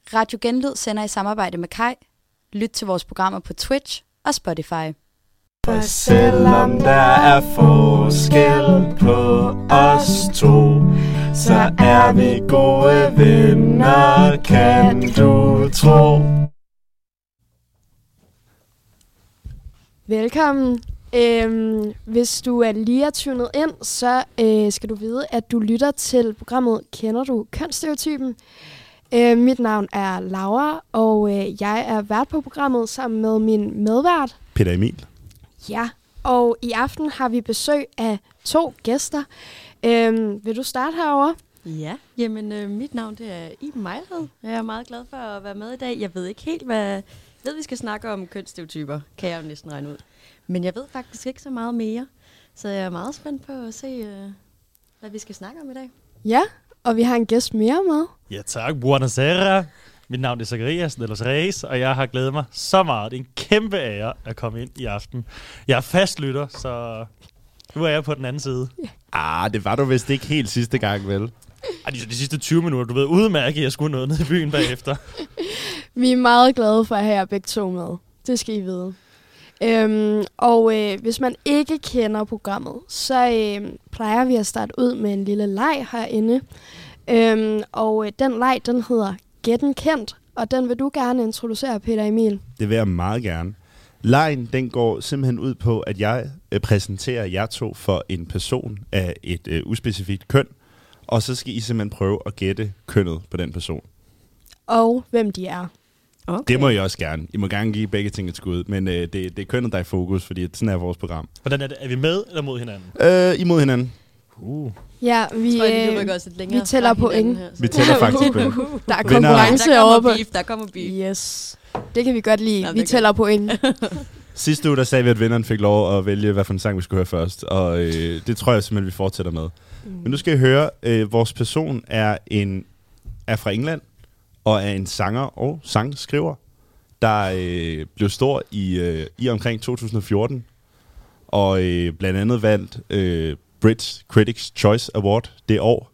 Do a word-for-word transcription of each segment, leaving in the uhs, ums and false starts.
Radio Genlyd sender i samarbejde med Kai. Lyt til vores programmer på Twitch og Spotify. For selvom der er forskel på os to, så er vi gode venner, kan du tro. Velkommen. Øhm, hvis du er lige er tunet ind, så øh, skal du vide, at du lytter til programmet Kender du kønsstereotypen? Øh, mit navn er Laura, og øh, jeg er vært på programmet sammen med min medvært. Peter Emil. Ja, og i aften har vi besøg af to gæster. Øh, vil du starte herovre? Ja, jamen øh, mit navn det er Iben Mejlhed. Jeg er meget glad for at være med i dag. Jeg ved ikke helt, hvad jeg ved, vi skal snakke om kønsstereotyper, kan jeg jo næsten regne ud. Men jeg ved faktisk ikke så meget mere, så jeg er meget spændt på at se, øh, hvad vi skal snakke om i dag. Ja, og vi har en gæst mere med. Ja tak, buonasera. Mit navn er Zacharias de los Reyes, og jeg har glædet mig så meget. Det er en kæmpe ære at komme ind i aften. Jeg er fastlytter, så nu er jeg på den anden side. Ah, det var du vist ikke helt sidste gang, vel? Ej, de, de sidste tyve minutter, du ved udmærket, at jeg skulle noget ned i byen bagefter. Vi er meget glade for at have jer begge to med. Det skal I vide. Øhm, og øh, hvis man ikke kender programmet, så øh, plejer vi at starte ud med en lille leg herinde. Øhm, og øh, den leg, den hedder Gætten Kendt, og den vil du gerne introducere, Peter Emil. Det vil jeg meget gerne. Legen, den går simpelthen ud på, at jeg øh, præsenterer jer to for en person af et øh, uspecifikt køn, og så skal I simpelthen prøve at gætte kønnet på den person. Og hvem de er. Okay. Det må I også gerne. I må gerne give begge ting et skud, men øh, det, det er kønnet, der er i fokus, fordi sådan er vores program. Hvordan er det? Er vi med eller mod hinanden? Øh, imod hinanden. Uh. Ja, vi, tror, jeg, øh, rykker os lidt længere vi tæller point. Her, Vi tæller faktisk point. Der er Vinder. konkurrence der over kommer på. beef, der kommer beef. Yes, det kan vi godt lide. Nå, vi det tæller point. Sidste uge, der sagde vi, at vinderen fik lov at vælge, hvad for en sang vi skulle høre først, og øh, det tror jeg simpelthen, vi fortsætter med. Mm. Men nu skal I høre, øh, vores person er, en, er fra England, og er en sanger og sangskriver, der øh, blev stor i, øh, i omkring to tusind og fjorten, og øh, blandt andet vandt øh, Brits Critics' Choice Award det år.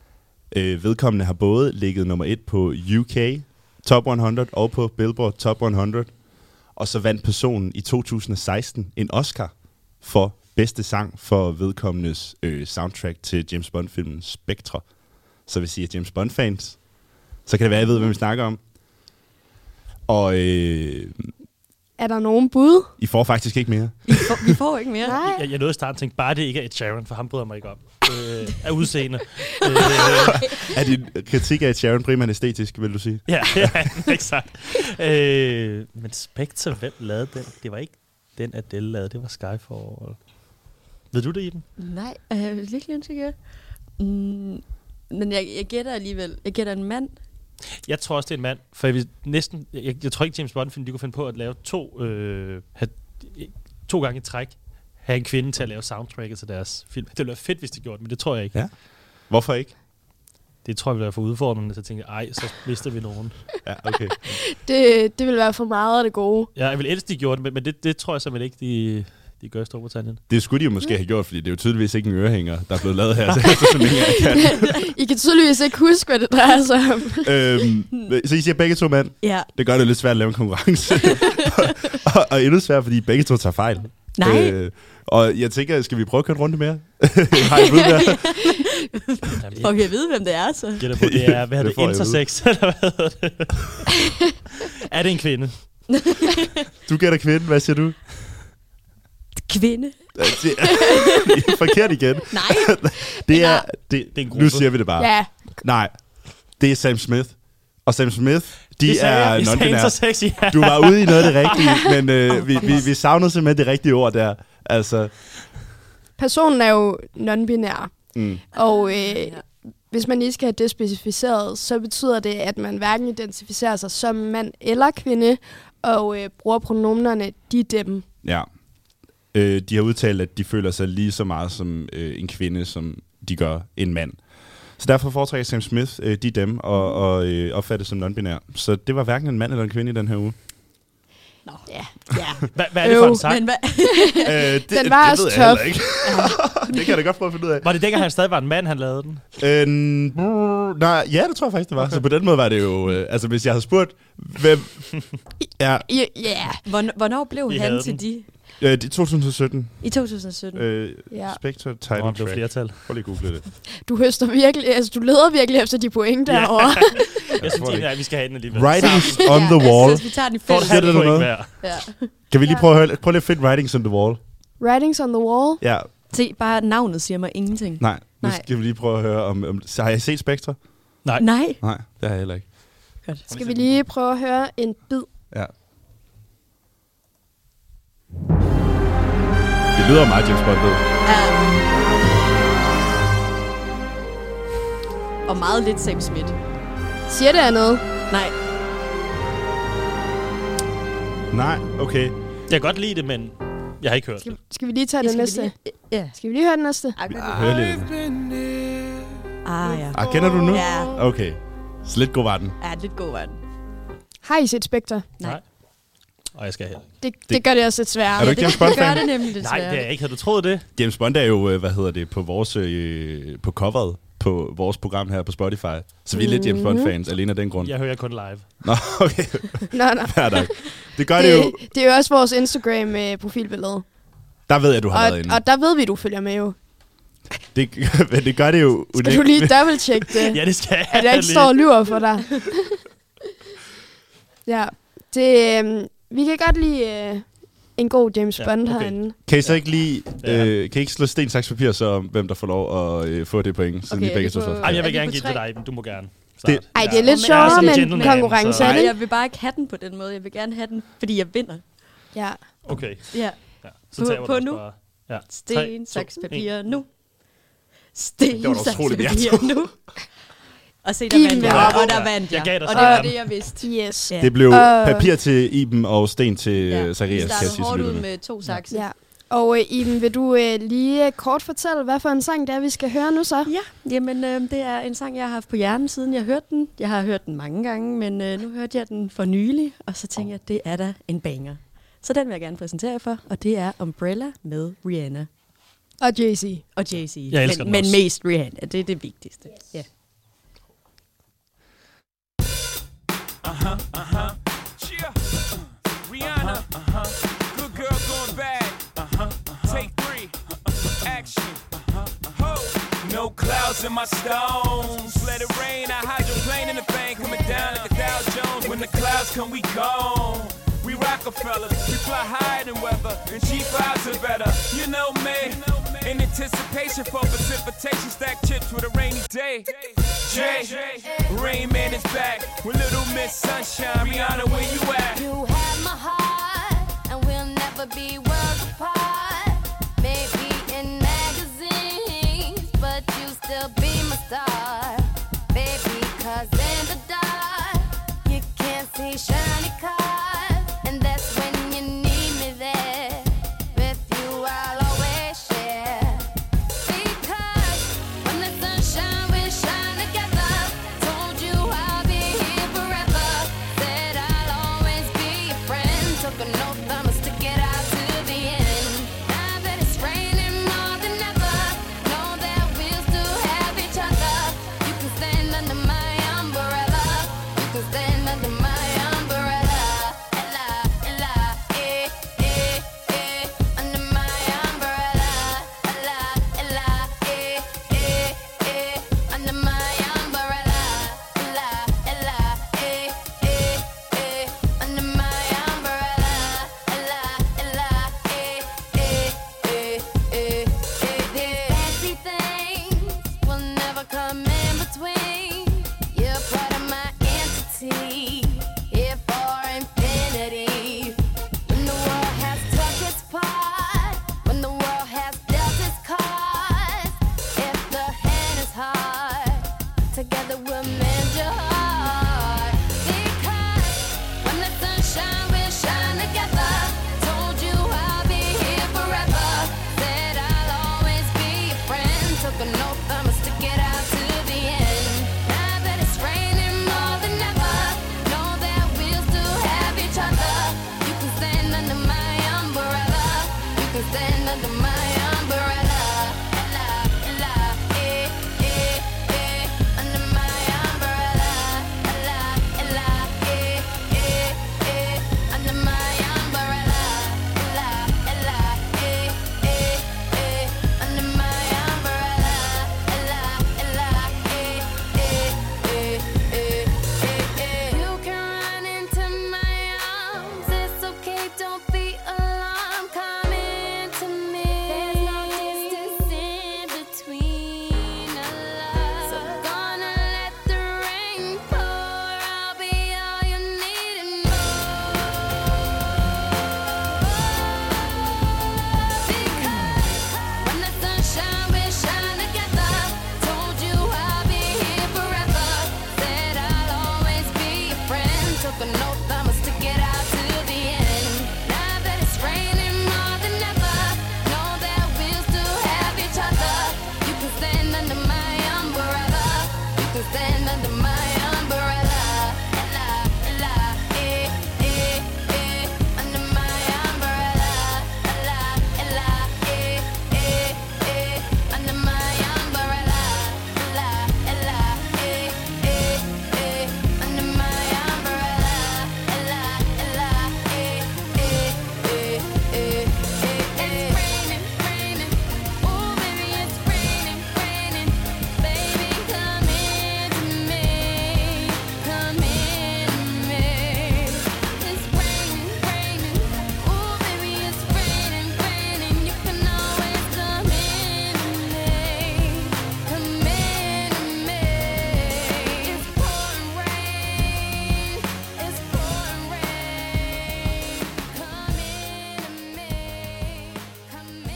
Øh, vedkommende har både ligget nummer et på U K Top hundrede og på Billboard Top hundrede, og så vandt personen i to tusind og seksten en Oscar for bedste sang for vedkommendes øh, soundtrack til James Bond-filmen Spectre. Så hvis I er James Bond-fans, så kan det være, at I ved, hvem vi snakker om. Og øh, Er der nogen bud? I får faktisk ikke mere. Vi får, vi får ikke mere. Nej. Jeg, jeg nåede at starte og tænke, bare det ikke er Ed Sheeran, for ham bryder mig ikke om. Øh, af udseende. øh, Er din kritik af Ed Sheeran primært æstetisk, vil du sige? ja, ja, exakt. Øh, men Spectre, hvem lavede den? Det var ikke den, Adele lavede, det var Skyfall. Ved du det, Iben? Nej, jeg er virkelig usikker. Mm, men jeg, jeg gætter alligevel. Jeg gætter en mand. Jeg tror også, det er en mand, for jeg, vil næsten, jeg, jeg tror ikke, James Bond-film, de kunne finde på at lave to, øh, have, to gange i træk, have en kvinde til at lave soundtracket til deres film. Det ville være fedt, hvis de gjorde det, men det tror jeg ikke. Ja. Hvorfor ikke? Det tror jeg ville være for udfordrende, så jeg tænkte, ej, så mister vi nogen. Ja, okay. Det, det vil være for meget af det gode. Ja, jeg vil elske, de gjorde det, men, men det, det tror jeg simpelthen ikke, de, de gør i Storbritannien. Det skulle de jo måske have gjort, fordi det er jo tydeligvis ikke en ørehænger, der er blevet lavet her. Så, I kan tydeligvis ikke huske, hvad det drejer sig om. øhm, så I siger begge to mand. Ja. Det gør det lidt svært at lave en konkurrence. og, og endnu svært, fordi begge to tager fejl. Nej. Øh, og jeg tænker, skal vi prøve at køre en runde mere? Har I bud der? Jamen, Får vi at vide, hvem det er, så? gætter på, det er, hvad er Det det, får jeg intersex, eller hvad hedder det? Er det en kvinde? Du gætter kvinde, hvad siger du? Kvinde. Det er forkert igen. Nej. Det er, det, Det er en gruppe. nu siger vi det bare. Ja, Nej, det er Sam Smith. Og Sam Smith, de Det sagde er jeg. I sagde non-binære. intersex, ja. Du var ude i noget af det rigtige, men øh, vi, vi, vi savnede simpelthen det rigtige ord der. Altså, personen er jo non-binær. mm. Og øh, hvis man lige skal have det specificeret, så betyder det, at man hverken identificerer sig som mand eller kvinde, og øh, bruger pronomenerne de, dem. Ja. Øh, de har udtalt, at de føler sig lige så meget som øh, en kvinde, som de gør en mand. Så derfor foretrækker Sam Smith øh, de dem og, og øh, opfattes som non-binær. Så det var hverken en mand eller en kvinde i den her uge. Nå. Ja. Ja. Hva, hvad er det for en sang? Men hvad? øh, det, Den var det også ved jeg top. heller ikke. Det kan jeg da godt prøve at finde ud af. Var det dengang, han stadig var en mand, han lavede den? Øh, brrr, nej, ja, det tror jeg faktisk, det var. Okay. Så på den måde var det jo... Øh, altså, hvis jeg havde spurgt, hvem... ja, Ja. Yeah. Hvornår, hvornår blev I han havde til den. de? øh, det er to tusind og sytten. I to tusind og sytten. Øh, Ja. Spectre Nå, title han blev track. flertal. Prøv lige at google det. Du høster virkelig, altså du leder virkelig efter de point Ja. derovre. Jeg synes egentlig, at vi skal have den alligevel. Writings on Ja, the jeg wall. synes, vi tager den i For fælles. Siger det det point noget? hver. Ja. Kan vi lige Ja. prøve at høre, prøv lige at finde Writings on the wall? Writings on the wall. Ja, Se, bare navnet siger mig ingenting. nej. Nu Nej. skal vi lige prøve at høre om... om så har jeg set Spectre? Nej. Nej. Nej, det har jeg heller ikke. Godt. Skal vi lige prøve at høre en bid? Ja. Det lyder meget James Bond, ved. Um, og meget lidt Sam Smith. Siger det er noget? Nej. Nej, okay. Jeg kan godt lide det, men jeg har ikke hørt Skal, det. skal vi lige tage det Skal vi næste? lige- Ja. Skal vi lige høre den næste? Ah, godt. Hør lidt. Ah, ja. Ah, kender du nu? Ja. Okay. Så lidt god var den. Ja, lidt god var den. Har I set Spectre? Nej. Og jeg skal heller ikke. Det, det gør det også lidt sværere. Er du ikke James Det gør Bond-fan? det nemlig det Nej, det er svære. jeg ikke. Havde du troet det? James Bond er jo, øh, hvad hedder det, på vores øh, på coveret på vores program her på Spotify. Så vi er lidt James Bond-fans, alene af den grund. Jeg hører kun live. Nå, okay. Nå, nå. Fair nok. Det gør det, jo. Det, det er jo også vores Instagram-profilbillede. Der ved jeg, du har Og, været inde. og der ved vi, du følger med jo. Det, men det gør det jo Skal du lige dobbelt-tjekke det? Ja, det skal jeg. At jeg ikke lige. står og lyver for dig. Ja, det, øh, vi kan godt lide øh, en god James Ja, Bond okay. herinde. Kan I så ikke lige, Ja. øh, kan I ikke slå sten, saks, papir, så om hvem der får lov at øh, få det point, siden Okay, I begge er to vi står på- Ej, jeg Er vil vi gerne på give det tre? til dig, men du må gerne. Det- starte. Ej, det er lidt men- sjovere Jeg er med sådan en en gentleman, konkurrence, så- er Nej, det jeg vil bare ikke have den på den måde. Jeg vil gerne have den, fordi jeg vinder. Ja. Okay, Ja. ja. Så På- tager på du også nu? bare. Ja. Sten, Tre, to, saks, en. papir, nu. Det Sten, var da saks, utroligt, papir, nu. Og se, der Iben vandt jeg. vandt. Og der vandt Jeg jeg. gav dig Og det var sejren. det, jeg vidste. Yes. Ja. Det blev Øh. papir til Iben og sten til Ja. ja. Vi Zacharias, kan jeg startede sige hårdt til ud lytterne. med to sakse. Ja. Og øh, Iben, vil du øh, lige øh, kort fortælle, hvad for en sang det er, vi skal høre nu så? Ja, jamen øh, det er en sang, jeg har haft på hjernen, siden jeg hørte den. Jeg har hørt den mange gange, men øh, nu hørte jeg den for nylig, og så tænkte jeg, at det er da en banger. Så den vil jeg gerne præsentere jer for, og det er Umbrella med Rihanna Og Jay-Z. og Jay-Z. Jeg elsker men, den men også. mest Rihanna, det er det vigtigste. Ja. Uh-huh, uh-huh. Cheer. Uh, Rihanna. Uh-huh. Good girl going bad. Uh-huh, uh-huh. Take three. Uh-huh. Action. Uh-huh, uh-huh. No clouds in my stones. Let it rain. I hydroplane in the thing coming down like a Dow Jones. When the clouds come, we gone. We Rockefeller. We fly higher than weather. And G fives are better. You know me. In anticipation for precipitation. Stack chips with a rainy day. Jay, Rain Man is back with Little Miss Sunshine. Rihanna, where you at? You have my heart, and we'll never be worlds apart. Maybe in magazines, but you still be my star. Baby, 'cause in the dark, you can't see shiny cars. And that's when you need me there. With you, I'll always share. Because when the sunshine will shine together, told you I'll be here forever. Said I'll always be your friend. Took an oath, I'ma stick it out to the took an oath, I'ma stick it out to the end. Now that it's raining more than ever, know that we'll still have each other. You can stand under my umbrella. You can stand under my umbrella. Ella, ella, eh, eh, eh, under my umbrella. Ella, ella, eh, eh, eh, under my umbrella. Ella, ella, eh, eh, eh, under my umbrella. Ella, ella, eh, eh, eh, eh, eh, eh. It's raining, raining. Ooh, baby, it's raining, raining. Baby, come into me, come into me. It's raining, raining. Ooh, baby, it's raining, raining. You can always come into me, come into me. It's pouring rain, it's pouring rain. Come into me, come into me.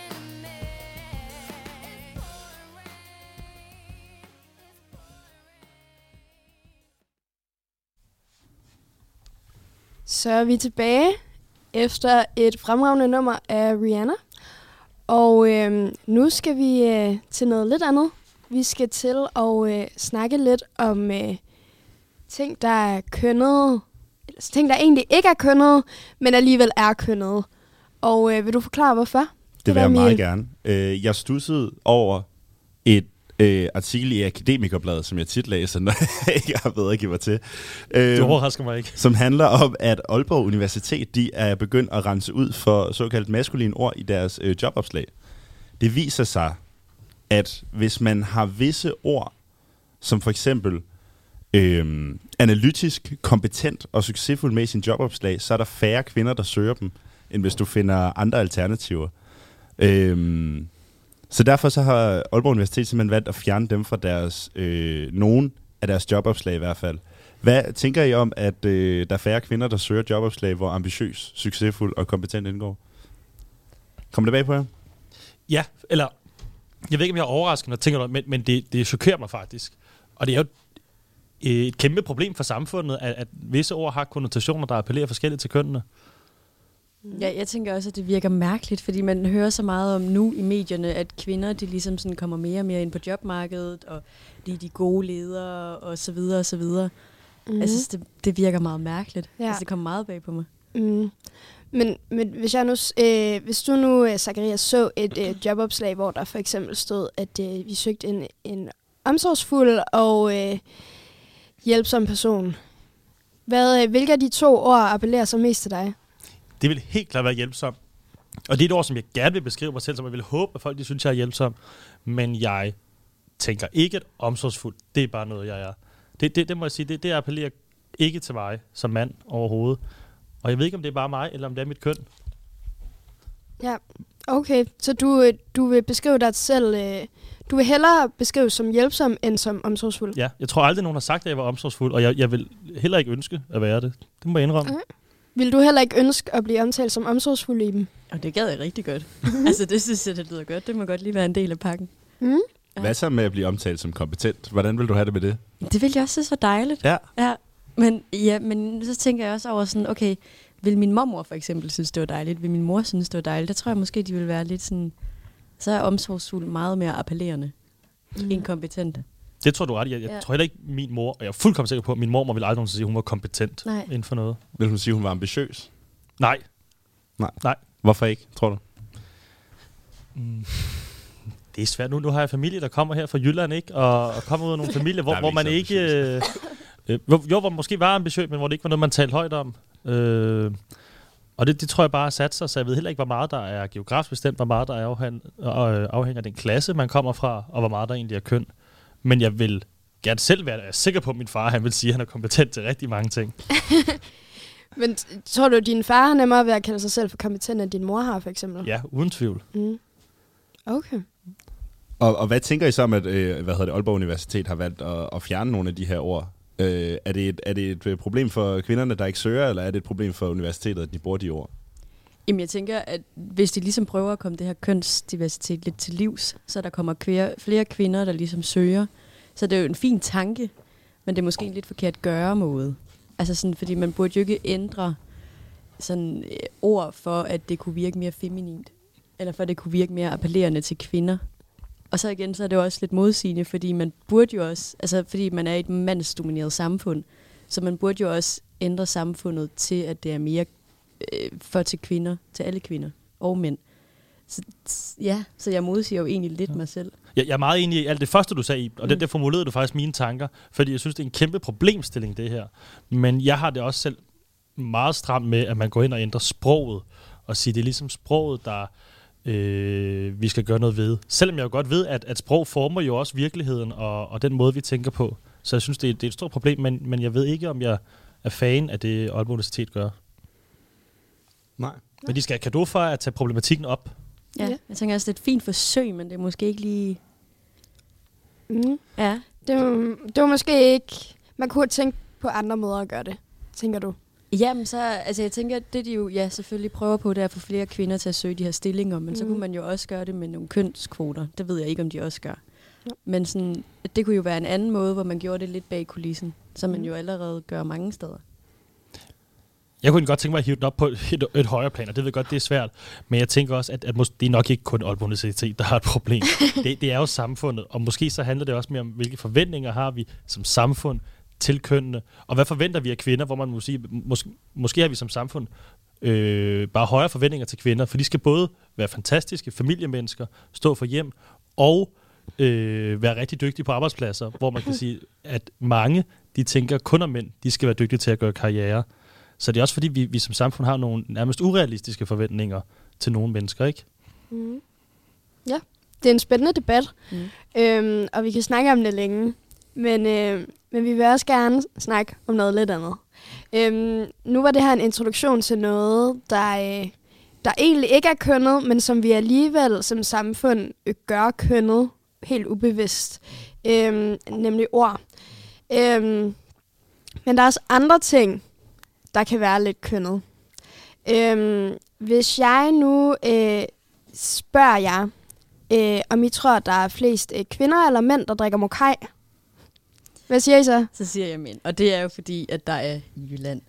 Så er vi tilbage efter et fremragende nummer af Rihanna. Og øh, nu skal vi øh, til noget lidt andet. Vi skal til at øh, snakke lidt om øh, ting, der er kønnede. Eller ting, der egentlig ikke er kønnede, men alligevel er kønnede. Og øh, vil du forklare, hvorfor? Det vil der, jeg meget Emil? gerne. Øh, jeg studsede over et øh, artikel i Akademikerbladet, som jeg tit læser, når jeg ikke har bedre at give mig til. Øh, Det overrasker mig ikke. som handler om, at Aalborg Universitet de er begyndt at rense ud for såkaldt maskuline ord i deres øh, jobopslag. Det viser sig, at hvis man har visse ord, som for eksempel øh, analytisk, kompetent og succesfuld med i sin jobopslag, så er der færre kvinder, der søger dem, end hvis du finder andre alternativer. Øh, så derfor så har Aalborg Universitet simpelthen valgt at fjerne dem fra deres, øh, nogen af deres jobopslag i hvert fald. Hvad tænker I om, at øh, der er færre kvinder, der søger jobopslag, hvor ambitiøs, succesfuld og kompetent indgår? Kommer det bag på jer? Ja, eller jeg ved ikke, om jeg er overrasket, når jeg tænker noget, men, men det, det chokerer mig faktisk. Og det er jo et kæmpe problem for samfundet, at, at visse ord har konnotationer, der appellerer forskelligt til kønnene. Ja, jeg tænker også, at det virker mærkeligt, fordi man hører så meget om nu i medierne, at kvinder de ligesom sådan kommer mere og mere ind på jobmarkedet, og de er de gode ledere, og så videre, og så videre. Mm. Jeg synes, det, det virker meget mærkeligt. Ja. Altså, det kommer meget bag på mig. Mm. Men, men hvis, jeg nu, øh, hvis du nu, øh, Zacharias, så et øh, jobopslag, hvor der for eksempel stod, at øh, vi søgte en, en omsorgsfuld og øh, hjælpsom person. Hvad, øh, hvilke af de to ord appellerer så mest til dig? Det vil helt klart være hjælpsom. Og det er et ord, som jeg gerne vil beskrive mig selv, som jeg vil håbe, at folk de synes, jeg er hjælpsom. Men jeg tænker ikke, at omsorgsfuld, det er bare noget, jeg er. Det, det, det må jeg sige, det, det appellerer ikke til mig som mand overhovedet. Og jeg ved ikke, om det er bare mig, eller om det er mit køn. Ja, okay. Så du, øh, du vil beskrive dig selv, øh, du vil hellere beskrives som hjælpsom, end som omsorgsfuld? Ja, jeg tror aldrig, nogen har sagt, at jeg var omsorgsfuld, og jeg, jeg vil heller ikke ønske at være det. Det må jeg indrømme. Okay. Vil du heller ikke ønske at blive omtalt som omsorgsfuld i dem? Og det gad jeg rigtig godt. Altså, det synes jeg, det lyder godt. Det må godt lige være en del af pakken. Mm? Hvad så med at blive omtalt som kompetent? Hvordan vil du have det med det? Det ville jeg også synes var dejligt. Ja. Ja, men, ja, men så tænker jeg også over sådan, okay, vil min mormor for eksempel synes, det var dejligt? Vil min mor synes, det var dejligt? Der tror jeg måske, de vil være lidt sådan, så er omsorgsfuld meget mere appellerende mm. end kompetent. Det tror du ret i. Jeg, jeg Ja. tror heller ikke, min mor, og jeg er fuldkommen sikker på, at min mormor ville aldrig nogensinde sige, at hun var kompetent Nej. inden for noget. Vil hun sige, at hun var ambitiøs? Nej. Nej. Nej. Hvorfor ikke, tror du? Mm. Det er svært nu. Nu har jeg familie, der kommer her fra Jylland, ikke? Og, og kommer ud af nogle familier, hvor, Der er vi hvor man ikke ikke... Øh, øh, hvor, jo, hvor man måske var ambitiøs, men hvor det ikke var noget, man talte højt om. Øh, og det, det tror jeg bare er sat sig, så jeg ved heller ikke, hvor meget der er geografisk bestemt, hvor meget der er afhæng, øh, afhænger af den klasse, man kommer fra, og hvor meget der egentlig er køn. Men jeg vil gerne selv være jeg er sikker på, at min far han vil sige, at han er kompetent til rigtig mange ting. Men t- tror du, at din far har nemmere ved at kalde sig selv for kompetent, end din mor har, for eksempel? Ja, uden tvivl. Mm. Okay. Og, og hvad tænker I så om, at øh, hvad hedder det, Aalborg Universitet har valgt at, at fjerne nogle af de her ord? Øh, er, det et, er det et problem for kvinderne, der ikke søger, eller er det et problem for universitetet, at de bruger de ord? Jamen jeg tænker, at hvis de ligesom prøver at komme det her kønsdiversitet lidt til livs, så der kommer kvære, flere kvinder, der ligesom søger. Så det er jo en fin tanke, men det er måske en lidt forkert gøremåde. Altså sådan, fordi man burde jo ikke ændre sådan øh, ord for, at det kunne virke mere feminint. Eller for, at det kunne virke mere appellerende til kvinder. Og så igen, så er det jo også lidt modsigende, fordi man burde jo også, altså fordi man er i et mandsdomineret samfund, så man burde jo også ændre samfundet til, at det er mere øh, for til kvinder, til alle kvinder og mænd. Så, ja, så jeg modsiger jo egentlig lidt ja. mig selv. Jeg, jeg er meget enig i alt det første, du sagde, Iben, og mm. det der formulerede du faktisk mine tanker, fordi jeg synes, det er en kæmpe problemstilling, det her. Men jeg har det også selv meget stramt med, at man går ind og ændrer sproget, og siger, det er ligesom sproget, der øh, vi skal gøre noget ved. Selvom jeg jo godt ved, at, at sprog former jo også virkeligheden, og, og den måde, vi tænker på. Så jeg synes, det er, det er et stort problem, men, men jeg ved ikke, om jeg er fan af det, Aalborg Universitet gør. Nej. Men de skal have cadeau for at tage problematikken op. Ja, jeg tænker også, det er et fint forsøg, men det er måske ikke lige... Mm. Ja. Det var, det var måske ikke... Man kunne tænke på andre måder at gøre det, tænker du? Jamen så, altså jeg tænker, at det de jo ja, selvfølgelig prøver på, det er at få flere kvinder til at søge de her stillinger, men mm. så kunne man jo også gøre det med nogle kønskvoter. Det ved jeg ikke, om de også gør. Ja. Men sådan, det kunne jo være en anden måde, hvor man gjorde det lidt bag kulissen, som man jo allerede gør mange steder. Jeg kunne godt tænke mig at hive den op på et, et, et højere plan, og det ved jeg godt, det er svært. Men jeg tænker også, at, at mås- det er nok ikke kun Aalborg Universitet, der har et problem. det, det er jo samfundet, og måske så handler det også mere om, hvilke forventninger har vi som samfund til kønnene, og hvad forventer vi af kvinder, hvor man må sige, mås- måske har vi som samfund øh, bare højere forventninger til kvinder, for de skal både være fantastiske familiemennesker, stå for hjem, og øh, være rigtig dygtige på arbejdspladser, hvor man kan sige, at mange, de tænker kun om mænd, de skal være dygtige til at gøre karriere. Så det er også fordi, vi, vi som samfund har nogle nærmest urealistiske forventninger til nogle mennesker, ikke? Mm. Ja, det er en spændende debat, mm. øhm, og vi kan snakke om det længe. Men, øh, men vi vil også gerne snakke om noget lidt andet. Øhm, nu var det her en introduktion til noget, der, øh, der egentlig ikke er kønnet, men som vi alligevel som samfund gør kønnet helt ubevidst. Øhm, nemlig ord. Øhm, men der er også andre ting, der kan være lidt kønnet. Øhm, hvis jeg nu øh, spørger jer, øh, om I tror, der er flest øh, kvinder eller mænd, der drikker Mokai. Hvad siger I så? Så siger jeg mænd. Og det er jo fordi, at der er Jylland.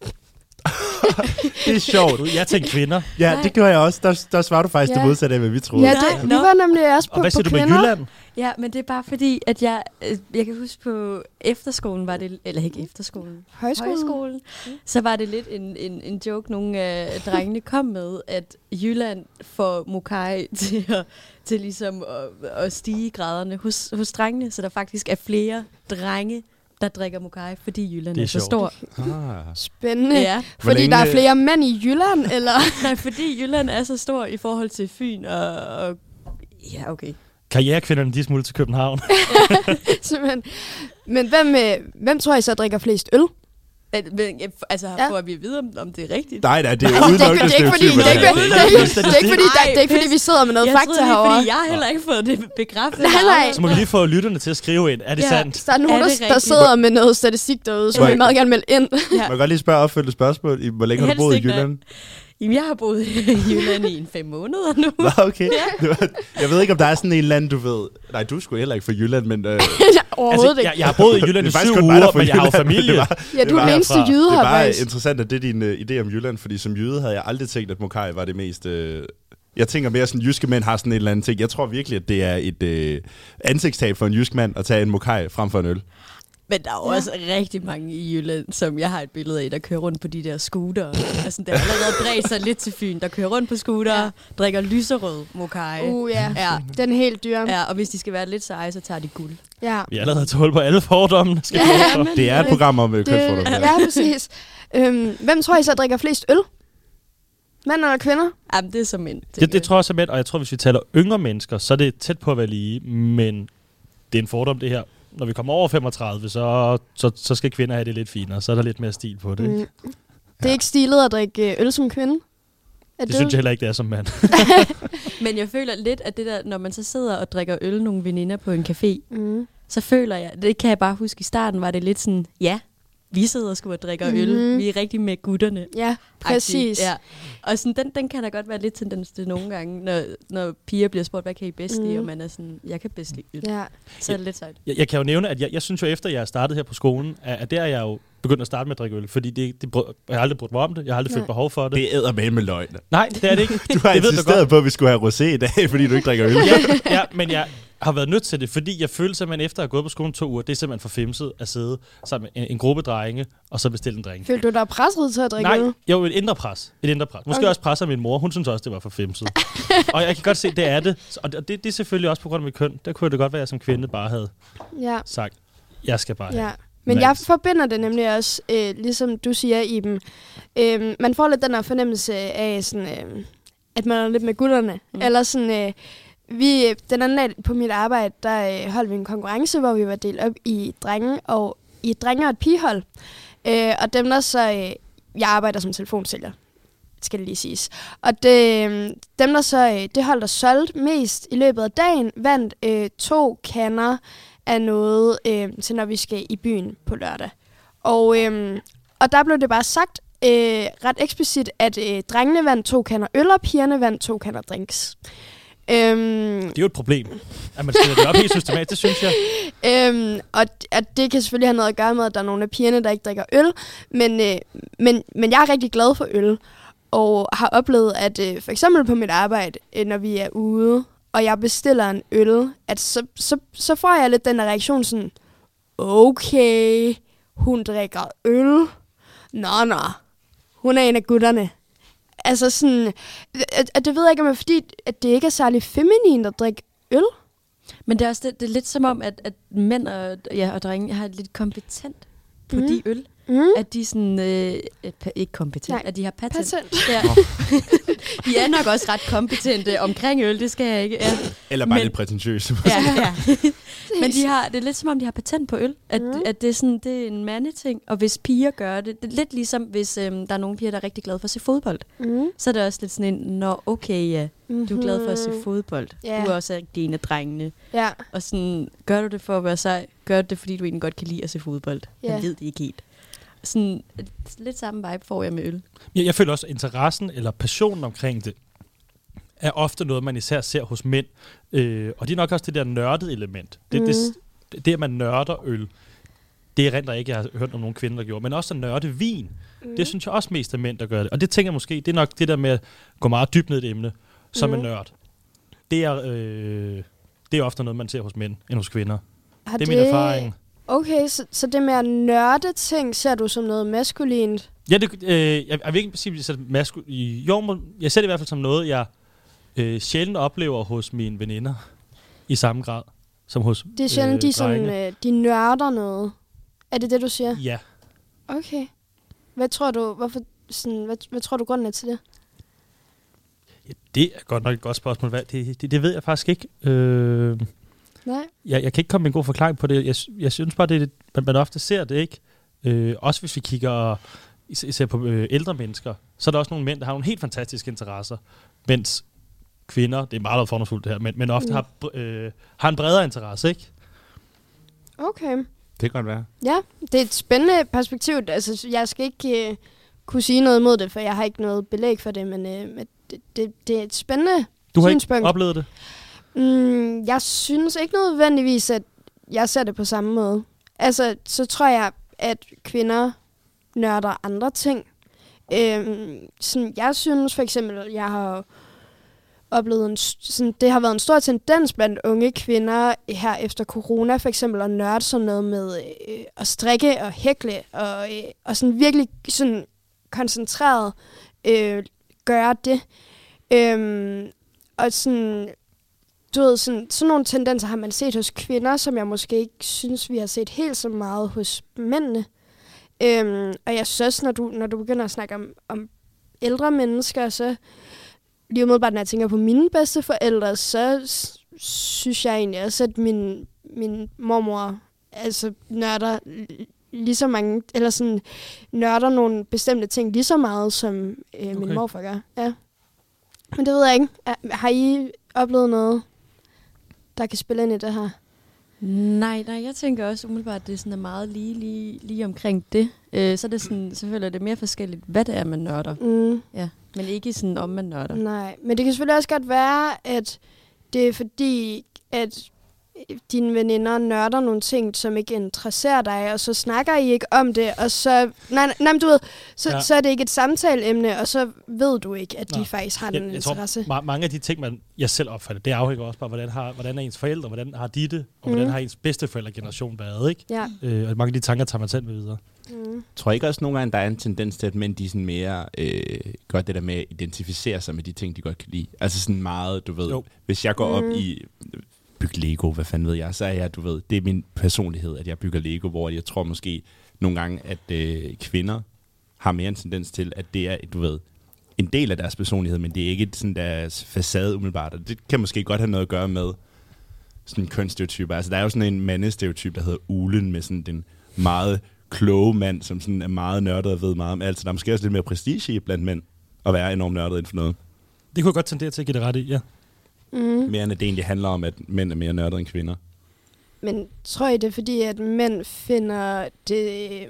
Det er sjovt. Jeg tænkte kvinder. Ja, Nej. det gør jeg også. Der, der svarer du faktisk Ja. det modsatte af, hvad vi troede. Ja, det, vi Nå. var nemlig også på, Og hvad på siger du med kvinder. Jylland? Ja, men det er bare fordi, at jeg, øh, jeg kan huske på efterskolen var det, eller ikke efterskolen, Højskolen. højskolen, så var det lidt en, en, en joke, nogle af drengene kom med, at Jylland får Mokai til, at, til ligesom at, at stige graderne hos, hos drengene, så der faktisk er flere drenge, der drikker Mokai, fordi Jylland Det er er, så sjovt. stor. Ah. Spændende. Ja, Fordi længe- der er flere mænd i Jylland, eller? nej, fordi Jylland er så stor i forhold til Fyn og... og ja, okay. Karrierekvinderne, de er smuttet til København. Simpelthen. Men hvem, øh, hvem tror I så drikker flest øl? Men, altså, Ja. får vi at vide, om, om det er rigtigt? Nej, nej, det er Det er uden ikke, nok det er ikke, fordi, det er ikke, det er ikke, det er ikke, det er ikke, fordi, der, det er ikke, fordi vi sidder med noget jeg fakta troede lige, herovre. fordi jeg har heller ikke fået det bekræftet. Nej, nej. Så må vi lige få lytterne til at skrive ind. Er det Ja. sandt? Så der er nogen, Er der, det der rigtigt? sidder med noget statistik derude, så må Ja. vi meget gerne melde ind. Ja. Må jeg godt lige spørge opfølgende spørgsmål? I, hvor længe har du Helst boet i ikke, Jylland? Jamen, jeg har boet i Jylland i en fem måneder nu. Nå, okay. Det var, jeg ved ikke, om der er sådan en eller anden, du ved... Nej, du skulle heller ikke fra Jylland, men... Øh, Overhovedet Altså, ikke. jeg, jeg har boet i Jylland det i er faktisk syv kun mig, der uger, er fra men jeg har jo Jylland, men familie. det var- Ja, du er den eneste herfra. jyde Det her, er bare faktisk. interessant, at det er din uh, idé om Jylland, fordi som jyde havde jeg aldrig tænkt, at Mokai var det mest... Uh, jeg tænker mere sådan, jyske mænd har sådan en eller anden ting. Jeg tror virkelig, at det er et uh, ansigtstab for en jysk mand at tage en Mokai frem for en øl. Men der er jo Ja. også rigtig mange i Jylland, som jeg har et billede af, der kører rundt på de der scooter. Altså, der er allerede bredt sig lidt til Fyn, der kører rundt på scooter, ja. drikker lyserød Mokai. Uh, ja. Ja. Den er helt dyre. Ja, og hvis de skal være lidt seje, så tager de guld. Ja. Vi har allerede taget hul på alle fordommene. Skal Ja, vi ja, for. men- Det er et program om uh, Det, kønsfordomme. ja, præcis. Øhm, hvem tror I så drikker flest øl? Mænd eller kvinder? Jamen, det er som mænd. Det, det tror jeg også er med, og jeg tror, hvis vi taler yngre mennesker, så er det tæt på at være lige, men det er en fordom, det her. Når vi kommer over femogtredive, så, så, så skal kvinder have det lidt finere. Så er der lidt mere stil på det. Ikke? Mm. Det er ikke stilet at drikke øh, øl som kvinde? Er Det synes jeg heller ikke, det er som mand. Men jeg føler lidt, at det der, når man så sidder og drikker øl nogle veninder på en café, Mm. så føler jeg, det kan jeg bare huske i starten, var det lidt sådan, ja, vi sidder sgu og drikker Mhm. øl. Vi er rigtig med gutterne. Ja, præcis. Ja. Og sådan, den, den kan der godt være lidt tendens til nogle gange, når, når piger bliver spurgt, hvad kan I bedst lide, Mhm. og man er sådan, jeg kan bedst lide øl. Ja. Så er det lidt sejt. Jeg, jeg kan jo nævne, at jeg, jeg synes jo, efter jeg startede her på skolen, at, at der er jeg jo begyndt at starte med at drikke øl, fordi det, det, brød- jeg har aldrig brugt mig om det, jeg har aldrig Nej. følt behov for det. Det æder med med løgn. Nej, det er det ikke. Du har Det ved du insisteret godt. på, at vi skulle have rosé i dag, fordi du ikke drikker øl. ja, ja, men jeg har været nødt til det, fordi jeg følte simpelthen efter at have gået på skolen to uger, det er simpelthen for femset at sidde sammen med en, en gruppe drenge, og så bestille en drink. Følte du dig presset til at drikke Nej, øl? jo, et indre pres. Et indre pres. Måske Okay. okay. også pres af min mor. Hun synes også, det var for femset. Og jeg kan godt se, det er det. Så- Og det, det er selvfølgelig også på grund af mit køn. Der kunne det godt være, at jeg som kvinde bare havde Ja. sagt, jeg skal bare have. Ja. Men Nice. jeg forbinder det nemlig også, øh, ligesom du siger, Iben. Øh, man får lidt den her fornemmelse af, sådan, øh, at man er lidt med gutterne. Mm. Mm. Eller sådan, øh, vi, den anden dag på mit arbejde, der øh, holdt vi en konkurrence, hvor vi var delt op i drenge og i et drenge- og et pigehold. Øh, og dem der så, øh, jeg arbejder som telefonsælger, skal det lige siges. Og det, øh, dem der så, øh, det hold der solgte mest i løbet af dagen, vandt øh, to kander af noget øh, til, når vi skal i byen på lørdag. Og, øh, og der blev det bare sagt øh, ret eksplicit, at øh, drengene vandt to kander øl, og pigerne vandt to kander drinks. Øhm, Det er jo et problem, at man stiller det op helt systematisk, det synes jeg. øhm, og at det kan selvfølgelig have noget at gøre med, at der er nogle af pigerne, der ikke drikker øl. Men, øh, men, men jeg er rigtig glad for øl, og har oplevet, at øh, for eksempel på mit arbejde, øh, når vi er ude, og jeg bestiller en øl, at så, så, så får jeg lidt den der reaktion sådan, okay, hun drikker øl. Nå, nå, hun er en af gutterne. Altså sådan, at, at det ved jeg ikke, om det er fordi, at det ikke er særlig feminint at drikke øl. Men det er også det, det er lidt som om, at, at mænd og, ja, og drenge har lidt kompetent på Mhm. de øl. Mm. At de sådan, øh, et pa- ikke kompetent, Nej, at de har patent. Patent. Ja. De er nok også ret kompetente omkring øl, det skal jeg ikke. Ja, Eller bare Men- lidt prætentiøs. ja, ja. Men de har, det er lidt som om, de har patent på øl. At, Mhm. at det, er sådan, det er en mandeting, og hvis piger gør det, det er lidt ligesom, hvis øhm, der er nogle piger, der er rigtig glade for at se fodbold. Mm. Så er det også lidt sådan en, nå okay, ja, du er glad for at se fodbold. Ja. Du er også en af drengene. Ja, Og sådan, gør du det for at være sej? Gør du det, fordi du egentlig godt kan lide at se fodbold? Ja. Jeg ved det ikke helt. Sådan, lidt samme vibe får jeg med øl. Jeg, jeg føler også, at interessen eller passionen omkring det er ofte noget, man især ser hos mænd. Øh, og det er nok også det der nørdede element. Det, mm. det, det, det, at man nørder øl, det er rent, der ikke jeg har hørt om nogen kvinder, der gjorde. Men også at nørde vin, mm. det synes jeg også mest er mænd, der gør det. Og det tænker jeg måske, det er nok det der med at gå meget dybt ned i et emne, som Mm. en nørd. Det er, øh, det er ofte noget, man ser hos mænd, end hos kvinder. har Det er min erfaring. Okay, så, så det med at nørde ting, ser du som noget maskulint? Ja, det, øh, jeg, jeg vil ikke sige, at det er masku- i jo, må- jeg ser det i hvert fald som noget, jeg øh, sjældent oplever hos mine veninder i samme grad som hos Det er sjældent, øh, de, sådan, drenge. øh, de nørder noget. Er det det, du siger? Ja. Okay. Hvad tror du, hvorfor, sådan, hvad, hvad tror du grunden er til det? ja, det er godt nok et godt spørgsmål. Hvad, det, det, det ved jeg faktisk ikke. Øh, Nej. jeg, jeg kan ikke komme med en god forklaring på det. Jeg, jeg synes bare, det er, man, man ofte ser det ikke. Øh, også hvis vi kigger is- især på øh, ældre mennesker, så er der også nogle mænd, der har nogle helt fantastiske interesser, mens kvinder, det er meget fordomsfuldt det her, men, men ofte Mm. har, br- øh, har en bredere interesse, ikke? Okay. Det kan godt være. Ja, det er et spændende perspektiv. Altså, jeg skal ikke øh, kunne sige noget imod det, for jeg har ikke noget belæg for det, men, øh, men det, det, det er et spændende Du har ikke synspunkt. oplevet det? Mm, jeg synes ikke nødvendigvis, at jeg ser det på samme måde. Altså, så tror jeg, at kvinder nørder andre ting. Øhm, sådan, jeg synes for eksempel, jeg har oplevet, en, st- sådan, det har været en stor tendens blandt unge kvinder her efter corona, for eksempel at nørde sådan noget med øh, at strikke og hækle, og, øh, og sådan virkelig sådan koncentreret øh, gøre det. Øhm, og sådan, du ved, sådan, sådan nogle tendenser har man set hos kvinder, som jeg måske ikke synes, vi har set helt så meget hos mændene. Øhm, og jeg synes også, når du, når du begynder at snakke om, om ældre mennesker, så lige umiddelbart, når jeg tænker på mine bedsteforældre, så s- synes jeg egentlig også, at min, min mormor altså nørder l- lige så mange, eller sådan nørder nogle bestemte ting lige så meget, som øh, min Okay. morfar gør. Ja. Men det ved jeg ikke. Er- Har I oplevet noget, der kan spille ind i det her? Nej, nej, jeg tænker også umiddelbart, at det sådan er meget lige, lige, lige omkring det. Øh, så er det sådan, selvfølgelig er det mere forskelligt, hvad det er, man nørder. Mm. Ja, men ikke sådan, om man nørder. Nej, men det kan selvfølgelig også godt være, at det er fordi, at dine veninder nørder nogle ting, som ikke interesserer dig, og så snakker I ikke om det, og så, nej, nej, men du ved, så, ja. så er det ikke et samtaleemne, og så ved du ikke, at de Nå. faktisk har jeg, den jeg interesse. tror, ma- mange af de ting, man jeg selv opfatter, det afhænger også bare, hvordan har, hvordan er ens forældre, hvordan har de det, og Mm. hvordan har ens bedsteforældregeneration været, ikke? Ja. Øh, og mange af de tanker tager man selv med videre. Mm. Tror jeg ikke også nogle gange, der er en tendens til, at mænd de sådan mere øh, gør det der med at identificere sig med de ting, de godt kan lide? Altså sådan meget, du ved, Jo. hvis jeg går Mm. op i bygge Lego, hvad fanden ved jeg, så er jeg, du ved, det er min personlighed, at jeg bygger Lego, hvor jeg tror måske nogle gange, at øh, kvinder har mere en tendens til, at det er, du ved, en del af deres personlighed, men det er ikke sådan deres facade umiddelbart, og det kan måske godt have noget at gøre med sådan kønsstereotyper. Altså der er jo sådan en mandestereotyp, der hedder Ulen, med sådan den meget kloge mand, som sådan er meget nørdet og ved meget om alt, så der er måske også lidt mere prestige i blandt mænd at være enormt nørdet inden for noget. Det kunne jeg godt tendere til at give det ret i, ja. Mm. Mere end at det egentlig handler om, at mænd er mere nørdet end kvinder. Men tror I det er fordi, at mænd finder det, øh,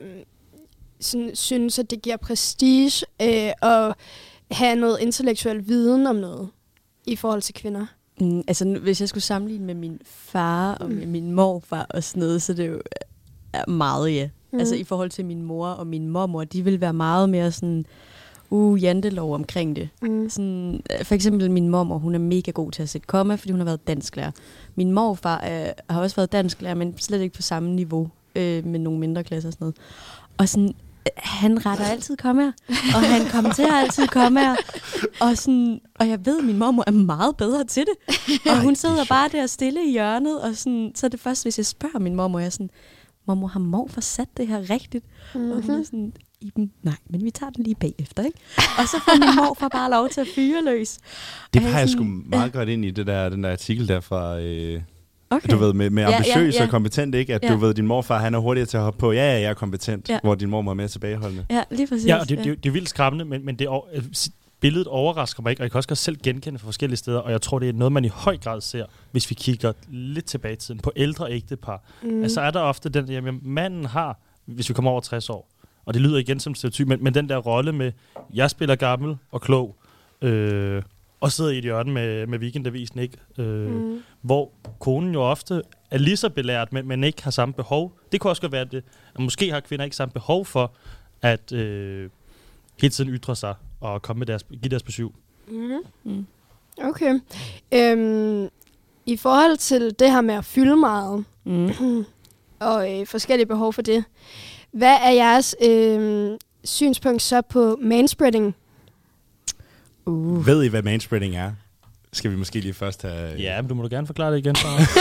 sådan, synes, at det giver prestige øh, at have noget intellektuel viden om noget i forhold til kvinder? Mm, altså, nu- hvis jeg skulle sammenligne med min far og med min morfar og sådan noget, så det er jo er meget, ja. Mm. Altså, i forhold til min mor og min mormor, de vil være meget mere sådan, uh, jantelov omkring det. Mm. Sådan, øh, for eksempel min mormor, hun er mega god til at sætte komma, fordi hun har været dansklærer. Min morfar øh, har også været dansklærer, men slet ikke på samme niveau øh, med nogle mindre klasser og sådan noget. Og sådan, øh, han retter altid kommaer, og han kommenterer altid kommaer. Og, sådan, og jeg ved, at min mormor er meget bedre til det. Og hun sidder bare der stille i hjørnet, og sådan, så er det først, hvis jeg spørger min mormor, jeg er sådan, mormor, har morfar sat det her rigtigt? Mm-hmm. Og hun er sådan, Iben, nej, men vi tager den lige bagefter, ikke? Og så får min morfar bare lov til at fyre løs. Det Og har jeg sådan, sgu meget godt ind i det der, den der artikel der fra, øh, okay. du ved, med, med Ja, ja, ambitiøs ja. og kompetent, ikke? At Ja. du ved, din morfar, han er hurtigere til at hoppe på, ja, ja, jeg er kompetent, Ja. hvor din mormor er mere tilbageholdende. Ja, lige præcis. Ja, og det, det, det er vildt skræmmende, men, men det, over- øh, s- billedet overrasker mig ikke, og jeg kan også godt selv genkende fra forskellige steder, og jeg tror, det er noget, man i høj grad ser, hvis vi kigger lidt tilbage i tiden på ældre ægtepar. Mm. Altså er der ofte den, jamen manden har, hvis vi kommer over tres år, og det lyder igen som stereotyp, men, men den der rolle med, jeg spiller gammel og klog, øh, og sidder i et hjørne med, med Weekendavisen, ikke? Øh, mm. Hvor konen jo ofte er lige så belært, men, men ikke har samme behov. Det kunne også godt være det, at måske har kvinder ikke samme behov for, at øh, hele tiden ytre sig og komme med deres, give deres besøg. Mm. Mm. Okay. Øhm, I forhold til det her med at fylde meget, Mm. og øh, forskellige behov for det, hvad er jeres øh, synspunkt så på manspreading? Uh. Ved I, hvad manspreading er? Skal vi måske lige først have... Ja, men du må du gerne forklare det igen.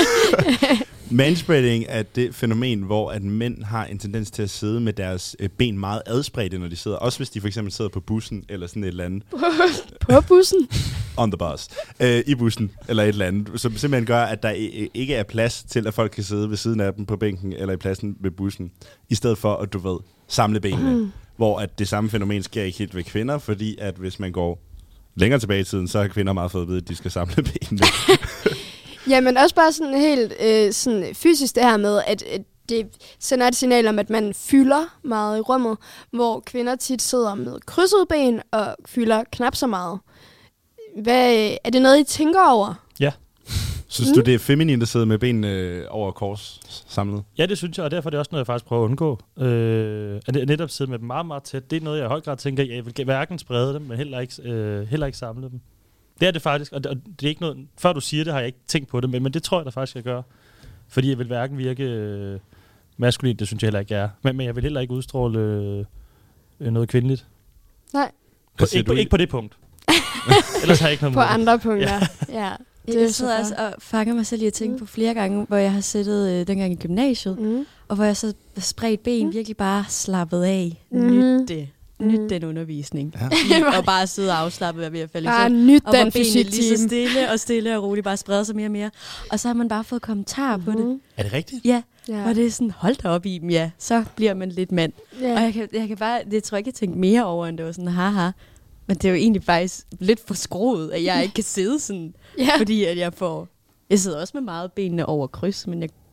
Manspreading er det fænomen, hvor at mænd har en tendens til at sidde med deres øh, ben meget adspredte, når de sidder. Også hvis de for eksempel sidder på bussen eller sådan et eller andet. På bussen? On the bus. Øh, I bussen eller et eller andet. Som simpelthen gør, at der i- ikke er plads til, at folk kan sidde ved siden af dem på bænken eller i pladsen ved bussen. I stedet for, at du ved, samle benene. Mm. Hvor at det samme fænomen sker ikke helt ved kvinder, fordi at hvis man går længere tilbage i tiden, så har kvinder meget fået at vide, at de skal samle benene. Jamen også bare sådan helt øh, sådan fysisk det her med, at øh, det sender et signal om, at man fylder meget i rummet, hvor kvinder tit sidder med krydsede ben og fylder knap så meget. Hvad, er det noget, I tænker over? Ja. Synes du, det er feminin, der sidder med benene øh, over kors samlet? Ja, det synes jeg, og derfor er det også noget, jeg faktisk prøver at undgå. Øh, at det- netop sidde med dem meget, meget tæt. Det er noget, jeg i høj grad tænker, jeg vil hverken sprede dem, men heller ikke, øh, heller ikke samle dem. Det er det faktisk, og det, og det er ikke noget, før du siger det, har jeg ikke tænkt på det, men, men det tror jeg da faktisk, jeg gør. Fordi jeg vil hverken virke øh, maskulin, det synes jeg heller ikke jeg er, men, men jeg vil heller ikke udstråle øh, noget kvindeligt. Nej. På, Hvad siger ikke, du på, i- ikke på det punkt. Ellers har jeg ikke noget På mod det. andre punkter. Ja. ja. Det er jeg så sidder fair. også og fanger mig selv i at tænke Mm. på flere gange, hvor jeg har siddet øh, dengang i gymnasiet, Mm. og hvor jeg så spredt ben, Mm. virkelig bare slappet af. Mm. Nyt det. Nyt Mm. den undervisning. Ja. Og bare sidde og afslappet og ved at falde i Bare søvn. nyt Og hvor den benene lige så fysiktime. stille og stille og roligt bare spreder sig mere og mere. Og så har man bare fået kommentarer på det. Mhm. Er det rigtigt? Ja, Ja. og det er sådan, hold da op i dem, ja. Så bliver man lidt mand. Ja. Og jeg kan, jeg kan bare, det tror jeg ikke, jeg tænkte mere over, end det var sådan, haha. Men det er jo egentlig faktisk lidt for skruet, at jeg ikke kan sidde sådan, Ja. fordi at jeg får... Jeg sidder også med meget benene over kryds, men jeg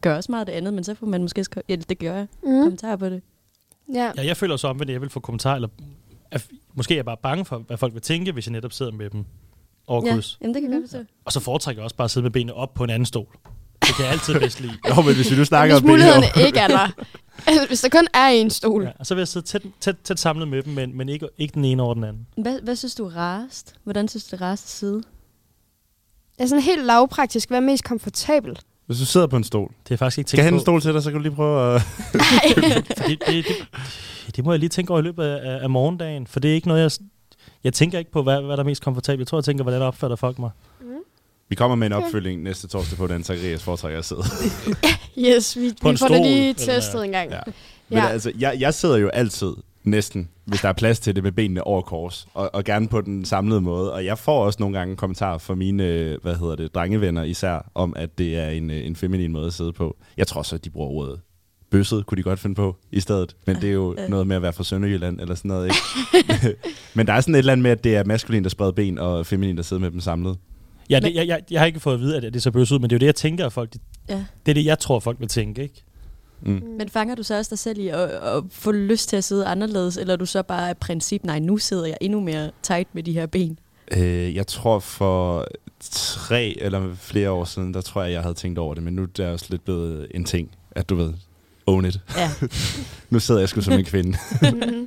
gør også meget det andet, men så får man måske, sko- ja, det gør jeg, Mm. kommentarer på det. Ja. Ja, jeg føler så omvendt, at jeg vil få kommentarer, eller at, måske er jeg bare bange for, hvad folk vil tænke, hvis jeg netop sidder med dem over Ja, kryds. jamen det kan Mm. jeg godt forstå. Og så foretrækker jeg også bare at sidde med benene op på en anden stol. Det kan jeg altid bedst lide. Jo, men hvis vi nu snakker Hvis om mulighederne billeder. ikke er der. Altså, hvis der kun er en stol. Ja, og så vil jeg sidde tæt, tæt, tæt samlet med dem, men, men ikke, ikke den ene over den anden. Hvad, hvad synes du er rarest? Hvordan synes du det er rarest at sidde? Det er sådan helt lavpraktisk. Hvad er mest komfortabelt? Hvis du sidder på en stol. Det er faktisk ikke Skal jeg tænkt have en på. stol til dig, så kan du lige prøve at... Fordi det, det, det må jeg lige tænke over i løbet af, af morgendagen, for det er ikke noget, jeg... Jeg tænker ikke på, hvad, hvad der er mest komfortabelt. Jeg tror, jeg tænker, hvordan opfatter folk mig. Vi kommer med en opfølging næste torsdag på den Zacharias foretrækker at sidde. Yes, vi, På vi en får det stol, lige eller- testet en gang. Ja. Men Ja. altså, jeg, jeg sidder jo altid, næsten, hvis der er plads til det, med benene over kors, og, og gerne på den samlede måde. Og jeg får også nogle gange kommentarer fra mine, øh, hvad hedder det, drengevenner især, om at det er en, øh, en feminin måde at sidde på. Jeg tror så, at de bruger ordet bøsset, kunne de godt finde på i stedet. Men det er jo noget med at være fra Sønderjylland, eller sådan noget, ikke? Men der er sådan et eller andet med, at det er maskulin, der spreder ben, og feminin, der sidder med dem samlet. Ja, det, jeg, jeg, jeg har ikke fået at vide, at det ser bøs ud, men det er jo det, jeg tænker, at folk... De, Ja. det er det, jeg tror, folk vil tænke, ikke? Mm. Men fanger du så også dig selv i at, at få lyst til at sidde anderledes, eller er du så bare af princip, nej, nu sidder jeg endnu mere tight med de her ben? Øh, jeg tror for tre eller flere år siden, der tror jeg, jeg havde tænkt over det, men nu er det også lidt blevet en ting, at du ved, own it. Ja. Nu sidder jeg sgu som en kvinde. Mhm.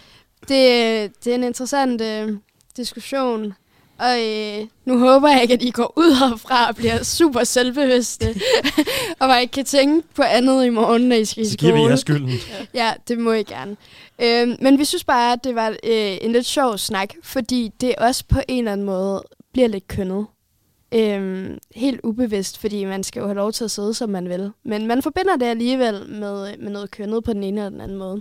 det, det er en interessant øh, diskussion. Og øh, nu håber jeg ikke, at I går ud herfra og bliver super selvbevidste. og bare ikke kan tænke på andet i morgen, når I skal i Så giver vi skole. jer skylden. Ja, det må I gerne. Øh, men vi synes bare, at det var øh, en lidt sjov snak, fordi det også på en eller anden måde bliver lidt kønnet. Øh, helt ubevidst, fordi man skal jo have lov til at sidde, som man vil. Men man forbinder det alligevel med, med noget kønnet på den ene eller den anden måde.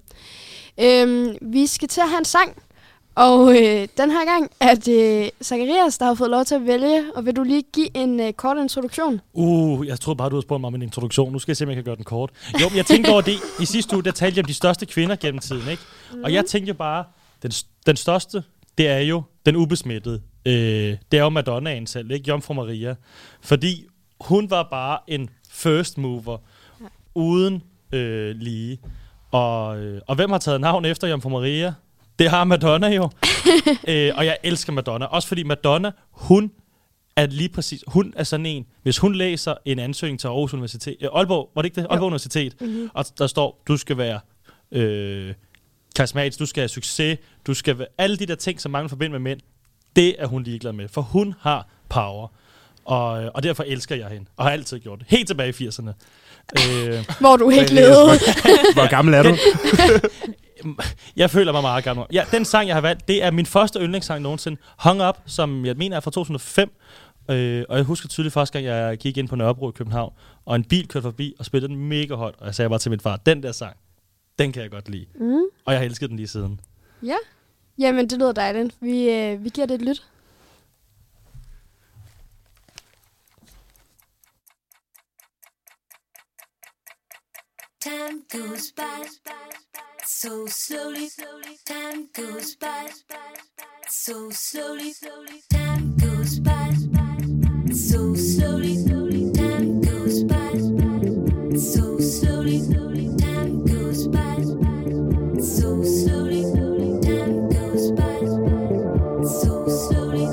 Øh, vi skal til at have en sang. Og øh, den her gang er det Zacharias, der har fået lov til at vælge. Og vil du lige give en øh, kort introduktion? Uh, jeg troede bare, du havde spurgt mig om en introduktion. Nu skal jeg se, om jeg kan gøre den kort. Jo, men jeg tænkte over det. I sidste uge, der talte jeg om de største kvinder gennem tiden, ikke? Mm. Og jeg tænkte jo bare, den, den største, det er jo den ubesmittede. Øh, det er jo Madonnaen selv, ikke? Jomfru Maria. Fordi hun var bare en first mover, ja. uden øh, lige. Og, øh, og hvem har taget navn efter Jomfru Maria? Det har Madonna jo. øh, og jeg elsker Madonna. Også fordi Madonna, hun er lige præcis, hun er sådan en, hvis hun læser en ansøgning til Aarhus Universitet, øh, Aalborg, var det ikke det? Aalborg Universitet, mm-hmm. og der står, du skal være øh, karismatisk, du skal have succes, du skal være, alle de der ting, som mange forbinder med mænd, det er hun ligeglad med, for hun har power. Og, og derfor elsker jeg hende, og har altid gjort det. Helt tilbage i firserne. Øh, Hvor du ikke levede. Hvor gammel er du? Jeg føler mig meget gammel. Ja, den sang, jeg har valgt, det er min første yndlingssang nogensinde. Hung Up, som jeg mener er fra to tusind og fem. Øh, og jeg husker tydeligt første gang, jeg gik ind på Nørrebro i København, og en bil kørte forbi og spillede den mega højt. Og jeg sagde bare til min far, den der sang, den kan jeg godt lide. Mm. Og jeg har elsket den lige siden. Ja, jamen det lyder dejligt. Vi, øh, vi giver det et lyt. Time goes by so slowly. Time goes by so slowly. Time goes by so slowly. Time goes by so slowly. Time goes by so slowly. Time goes by so slowly.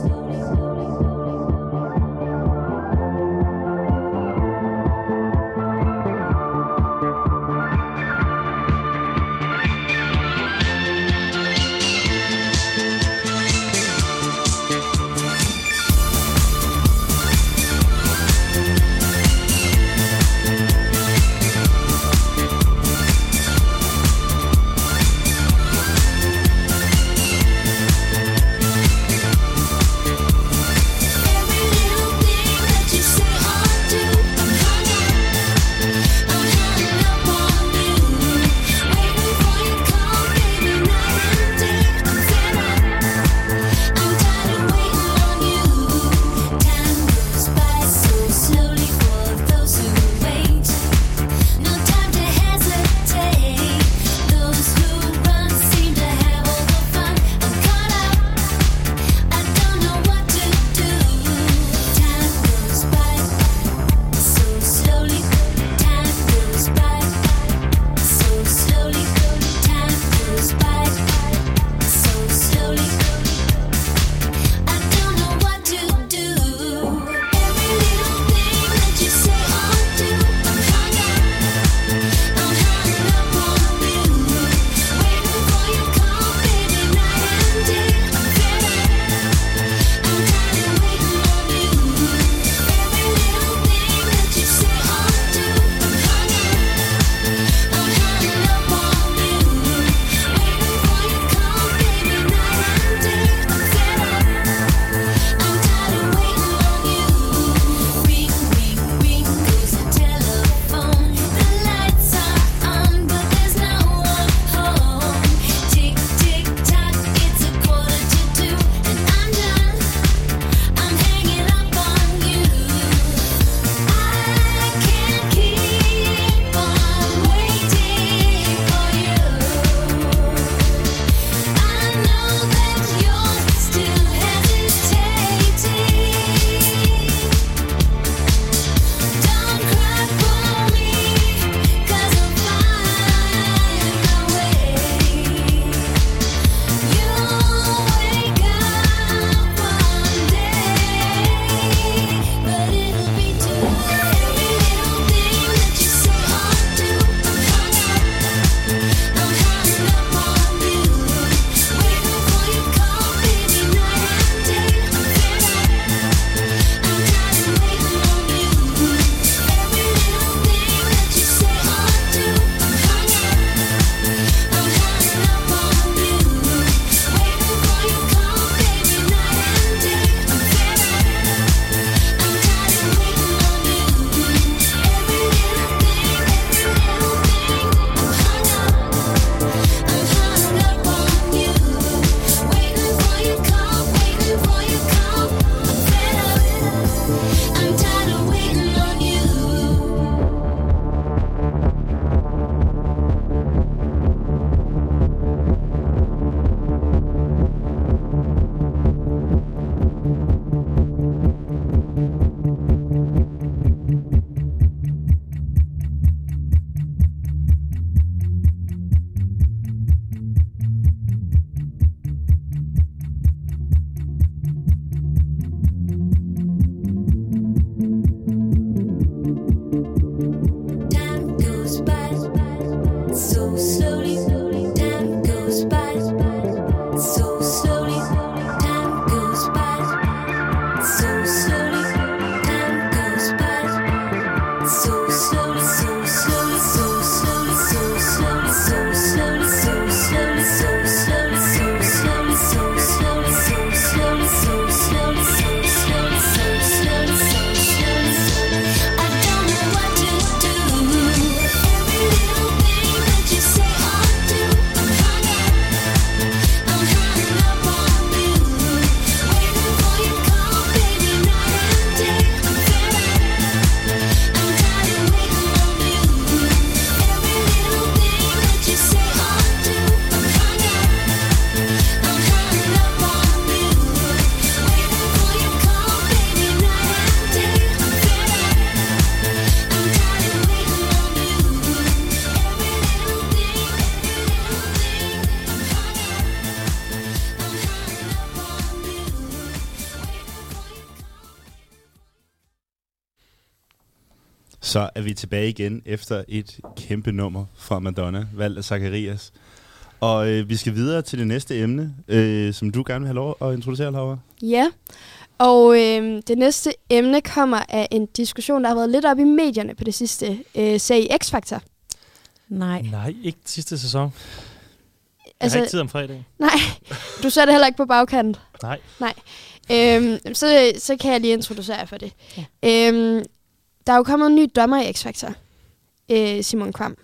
Så er vi tilbage igen efter et kæmpe nummer fra Madonna, valgt af Zacharias. Og øh, vi skal videre til det næste emne, øh, som du gerne vil have lov at introducere, Laura. Ja, og øh, det næste emne kommer af en diskussion, der har været lidt op i medierne på det sidste. Øh, sag i X-Factor. Nej. Nej, ikke sidste sæson. Jeg Altså, har ikke tid om fredagen. Nej, du ser det heller ikke på bagkant. Nej. Nej. Øhm, så, så kan jeg lige introducere jer for det. Ja. Øhm, der er jo kommet en ny dommer i X-Factor, øh, Simon Kvam.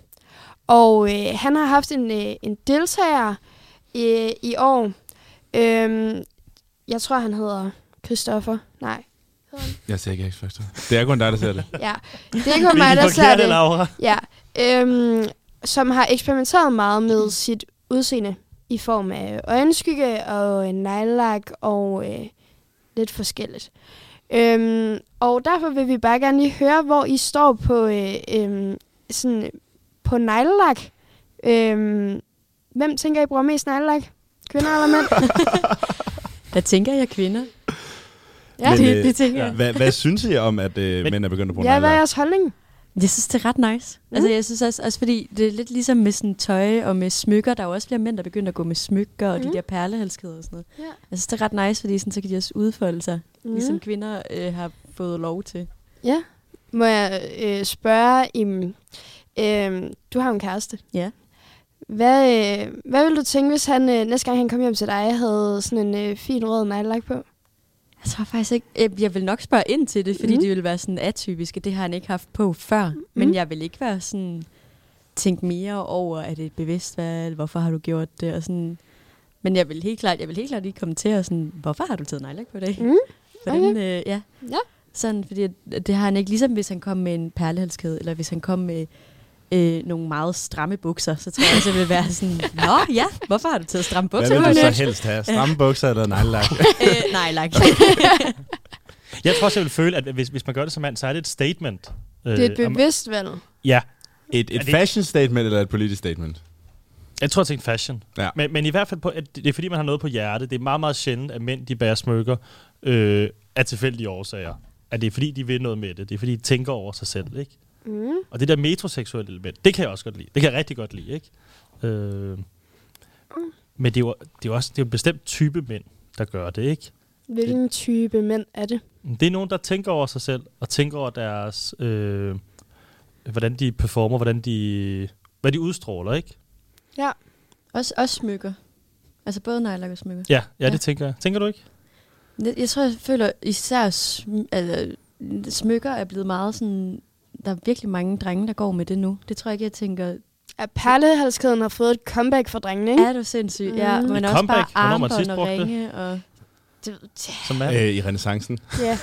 Og øh, han har haft en, øh, en deltager øh, i år. Øhm, jeg tror, han hedder Christoffer. Nej. Jeg ser ikke X-Factor. Det er kun dig, der ser det. Ja, det er kun mig, der ser det. Laura. Ja, øhm, som har eksperimenteret meget med sit udseende i form af øjenskygge og neglelak og øh, lidt forskelligt. Øhm, og derfor vil vi bare gerne lige høre, hvor I står på øh, øh, sådan på neglelak. Øhm, hvem tænker I bruger mest neglelak? Kvinder eller mænd? Der tænker jeg kvinder. Ja, Men, det, øh, det tænker ja. jeg. Hvad, hvad synes I om, at øh, Men- mænd er begyndt at bruge Ja, hvad er neglelak? jeres holdning? Jeg synes, det er ret nice. Mm. Altså, jeg synes også, også, fordi det er lidt ligesom med sådan tøj og med smykker. Der er jo også flere mænd, der begynder at gå med smykker og Mm. de der perlehalskæder og sådan noget. Ja. Jeg synes, det er ret nice, fordi sådan, så kan de også udfolde sig, Mm. mm. ligesom kvinder øh, har fået lov til. Ja. Må jeg øh, spørge, Im, øh, du har en kæreste. Ja. Hvad, øh, hvad ville du tænke, hvis han øh, næste gang han kom hjem til dig, havde sådan en øh, fin rød neglelak på? Jeg tror faktisk ikke... Jeg, jeg vil nok spørge ind til det, fordi Mm. mm. det vil være sådan atypisk, og det har han ikke haft på før. Mm. Men jeg vil ikke være sådan... Tænke mere over, er det et bevidst valg? Hvorfor har du gjort det? Og sådan, men jeg vil helt klart, jeg vil helt klart lige kommentere sådan, hvorfor har du taget neglelak på i dag? Mm. Hvordan, Okay. øh, ja. Ja. Sådan, fordi at det har han ikke, ligesom hvis han kom med en perlehalskæde, eller hvis han kom med øh, nogle meget stramme bukser, så tror jeg også, jeg vil være sådan, nå ja, hvorfor har du taget stramme bukser? Hvad vil du på? så helst have? Stramme bukser eller neglelak? øh, nej, lak. Jeg tror også, jeg vil føle, at hvis, hvis man gør det som mand, så er det et statement. Det er et Øh, om- bevidst valg. Ja. Et, Er et det- fashion statement eller et politisk statement? Jeg tror, jeg tænkte fashion. Ja. Men, men i hvert fald, på, at det er fordi, man har noget på hjertet. Det er meget, meget sjældent, at mænd de bærer smykker øh, af tilfældige årsager. At det er fordi, de vil noget med det. Det er fordi, de tænker over sig selv, ikke? Mm. Og det der metroseksuelle element, det kan jeg også godt lide. Det kan jeg rigtig godt lide, ikke? Øh, men det er, jo, det er jo også det er jo en bestemt type mænd, der gør det, ikke? Hvilken type mænd er det? Det er nogen, der tænker over sig selv, og tænker over deres, øh, hvordan de performer, hvordan de, hvad de udstråler, ikke? Ja. også, også smykker. Altså både neglelak og smykker. Ja, ja, Ja. det tænker jeg. Tænker du ikke? Jeg, jeg tror, jeg føler især sm- altså, smykker er blevet meget sådan... Der er virkelig mange drenge, der går med det nu. Det tror jeg ikke, jeg tænker... At perlehalskæden har fået et comeback for drengene, ikke? Er du sindssyg? Ja, Mm. men Et også comeback? bare Hvornår har man sidst armbånd og brugt det? ringe. Og Det, Som mand? Øh, I renaissancen. ja.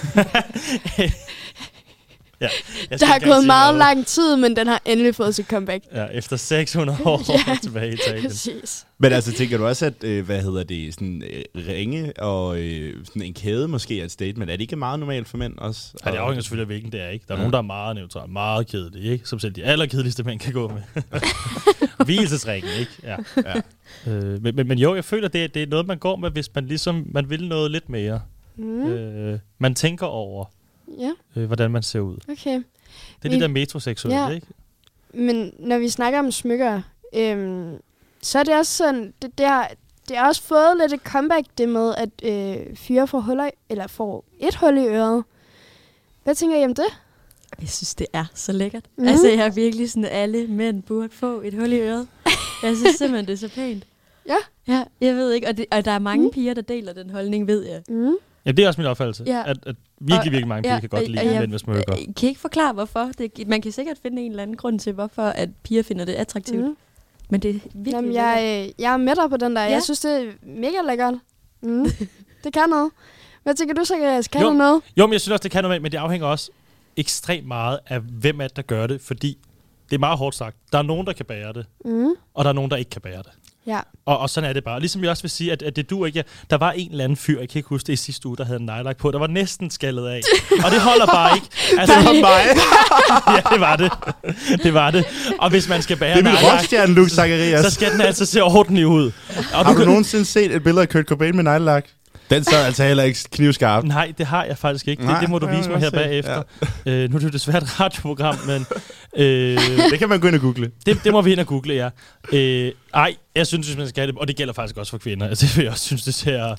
Ja, jeg Der skal har ikke engang gået sige meget noget. lang tid, men den har endelig fået sit comeback. Ja, efter seks hundrede år Ja. tilbage i Italien. Præcis. Men altså, tænker du også, at, øh, hvad hedder det, sådan øh, ringe og øh, sådan en kæde måske er et statement? Er det ikke meget normalt for mænd også? Ja, det afhænger selvfølgelig af, hvilken det er, ikke? Der er Ja. nogen, der er meget neutrale, meget kedelige, ikke? Som selv de allerkedeligste mænd kan gå med. Hvilesesringen, ikke? Ja. Ja. Øh, men, men, men jo, jeg føler, det er, det er noget, man går med, hvis man ligesom man vil noget lidt mere. Mm. Øh, man tænker over, Ja, øh, hvordan man ser ud. okay. Det er Vi- det der metroseksuelle, Ja. ikke? Men når vi snakker om smykker, øhm, så er det også sådan, det, det, har, det har også fået lidt et comeback, det med, at øh, fyre får huller, i- eller får et hul i øret. Hvad tænker I om det? jeg synes, det er så lækkert. Mhm. Mm. Altså, jeg er virkelig sådan, at alle mænd burde få et hul i øret. Jeg synes simpelthen, det er så pænt. Ja. Ja, jeg ved ikke. Og, det, og der er mange Mm. piger, der deler den holdning, ved jeg. Mm. Ja, det er også min opfattelse. Ja. At, at virkelig, Og- virkelig mange piger ja, kan godt og- lide og jeg- mænd med smykker. Jeg kan ikke forklare, hvorfor. Det, man kan sikkert finde en eller anden grund til, hvorfor at piger finder det attraktivt. Mm. Mm. Men det er virkelig Jamen, lækkert. jeg, øh, jeg er med dig på den der. Ja. Jeg synes, det er mega lækkert. Mm. Det kan noget. Hvad tænker du, Zacharias? Kan Jo. du noget? Jo, men jeg synes også, det kan noget, men det afhænger også ekstremt meget af, hvem er det, der gør det, fordi det er meget hårdt sagt. Der er nogen, der kan bære det, Mm. og der er nogen, der ikke kan bære det. Ja. Og, og sådan er det bare. Ligesom jeg også vil sige, at, at det du ikke... Ja, der var en eller anden fyr, jeg kan ikke huske det i sidste uge, der havde en neglelak på, der var næsten skaldet af. Og det holder bare ikke. Altså, Det var mig. ja, det var det. Det var det. Og hvis man skal bære Det er min neglelak, rockstjerne, Luke Zacharias. så skal den altså se ordentlig ud. Og Har du kan- nogensinde set et billede af Kurt Cobain med neglelak? Den sad altså heller ikke knivskarp. Nej, det har jeg faktisk ikke. Nej, det, det må du vise mig her bagefter. Ja. Øh, nu er det jo desværre et radioprogram, men... Øh, det kan man gå ind og google. Det, det må vi ind og google, ja. Øh, ej, jeg synes, hvis man skal have det, og det gælder faktisk også for kvinder. Altså, jeg også synes, det ser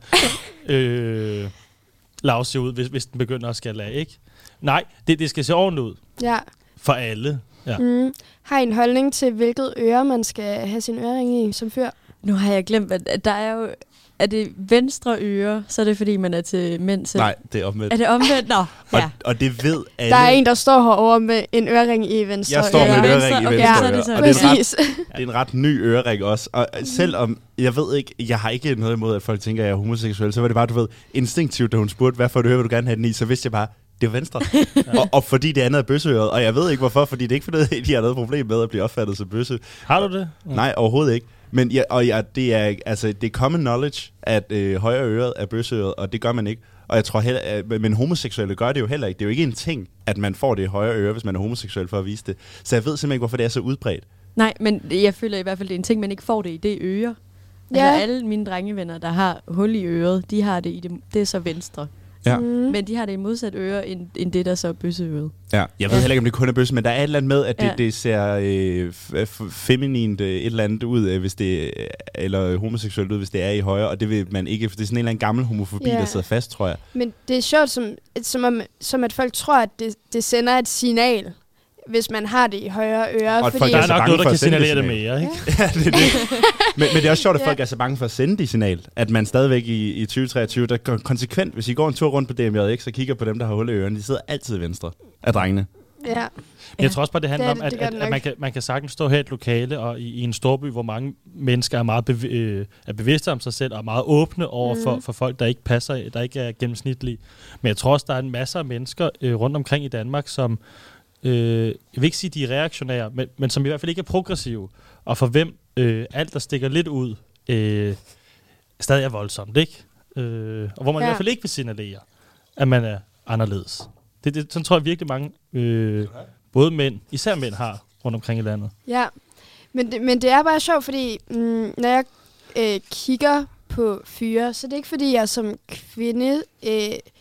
øh, lavsigt ud, hvis, hvis den begynder at skale af, ikke? Nej, det, det skal se ordentligt ud. Ja. For alle. Ja. Mm. Har I en holdning til, hvilket øre man skal have sin ørering i som fyr? Nu har jeg glemt, at der er jo... Er det venstre øre, så er det fordi, man er til mænd selv? Nej, det er omvendt. Er det omvendt? Nå, ja. Og, og det ved alle. Der er en, der står herovre med en ørering i venstre øre. Jeg står med en ørering i okay, venstre så er øre. det så. Og det er, en Præcis. ret, det er en ret ny ørering også. Og selvom, jeg ved ikke, jeg har ikke noget imod, at folk tænker, at jeg er homoseksuel, så var det bare, du ved, instinktivt, da hun spurgte, hvad for et øre vil du gerne have den i, så vidste jeg bare, det er venstre. ja. og, og fordi det andet er bøsseøret. Og jeg ved ikke hvorfor, fordi det er ikke fordi, de har noget problem med at blive opfattet som bøsse. Har du det? Ja. Nej, overhovedet ikke. Men ja, og ja, det er altså det er common knowledge, at øh, højre øret er bøsseøret, og det gør man ikke. Og jeg tror heller, at, men homoseksuelle gør det jo heller ikke. Det er jo ikke en ting, at man får det i højre øre, hvis man er homoseksuel for at vise det. Så jeg ved simpelthen ikke, hvorfor det er så udbredt. Nej, men jeg føler i hvert fald, det er en ting, man ikke får det i det øre. Ja. Altså alle mine drengevenner, der har hul i øret, de har det i det, det er så venstre. Ja. Mm. Men de har det i modsat øre, end, end det, der så er bøsseøret. Ja. Jeg ved Ja. heller ikke, om det kun er bøsse, men der er et eller andet med, at det, Ja. det ser øh, f- f- feminint øh, et eller andet ud, øh, hvis det eller homoseksuelt ud, hvis det er i højre, og det vil man ikke, for det er sådan en eller anden gammel homofobi, Ja. der sidder fast, tror jeg. Men det er sjovt, som, som, om, som at folk tror, at det, det sender et signal, hvis man har det i højre øre. Og at fordi folk Der er er så nok bange noget, for der kan at sende det signalere det signal. mere, ikke? Ja, det er det. Men, men det er også sjovt, at Ja. folk er så bange for at sende de signal, at man stadigvæk i, i tyve treogtyve, der går konsekvent, hvis I går en tur rundt på D M J X og kigger på dem, der har hul i ørerne, de sidder altid venstre af drengene. Ja. Men jeg tror også bare, det handler Det er om, det, at, det gør at, det at nok. man, kan, man kan sagtens stå her i et lokale og i, i en storby, hvor mange mennesker er meget bev- øh, er bevidste om sig selv og er meget åbne over Mhm. for, for folk, der ikke passer, der ikke er gennemsnitlige. Men jeg tror også, der er en masse af mennesker øh, rundt omkring i Danmark, som, øh, jeg vil ikke sige, de er reaktionære, men, men som i hvert fald ikke er progressive, og for hvem øh, alt, der stikker lidt ud, øh, stadig er voldsomt, ikke? Øh, og hvor man ja. i Ja. hvert fald ikke vil signalere, at man er anderledes. Det, det, sådan tror jeg virkelig mange, øh, både mænd, især mænd har rundt omkring i landet. Ja, men det, men det er bare sjovt, fordi mm, når jeg øh, kigger på fyre, så det er ikke fordi, jeg som kvinde øh,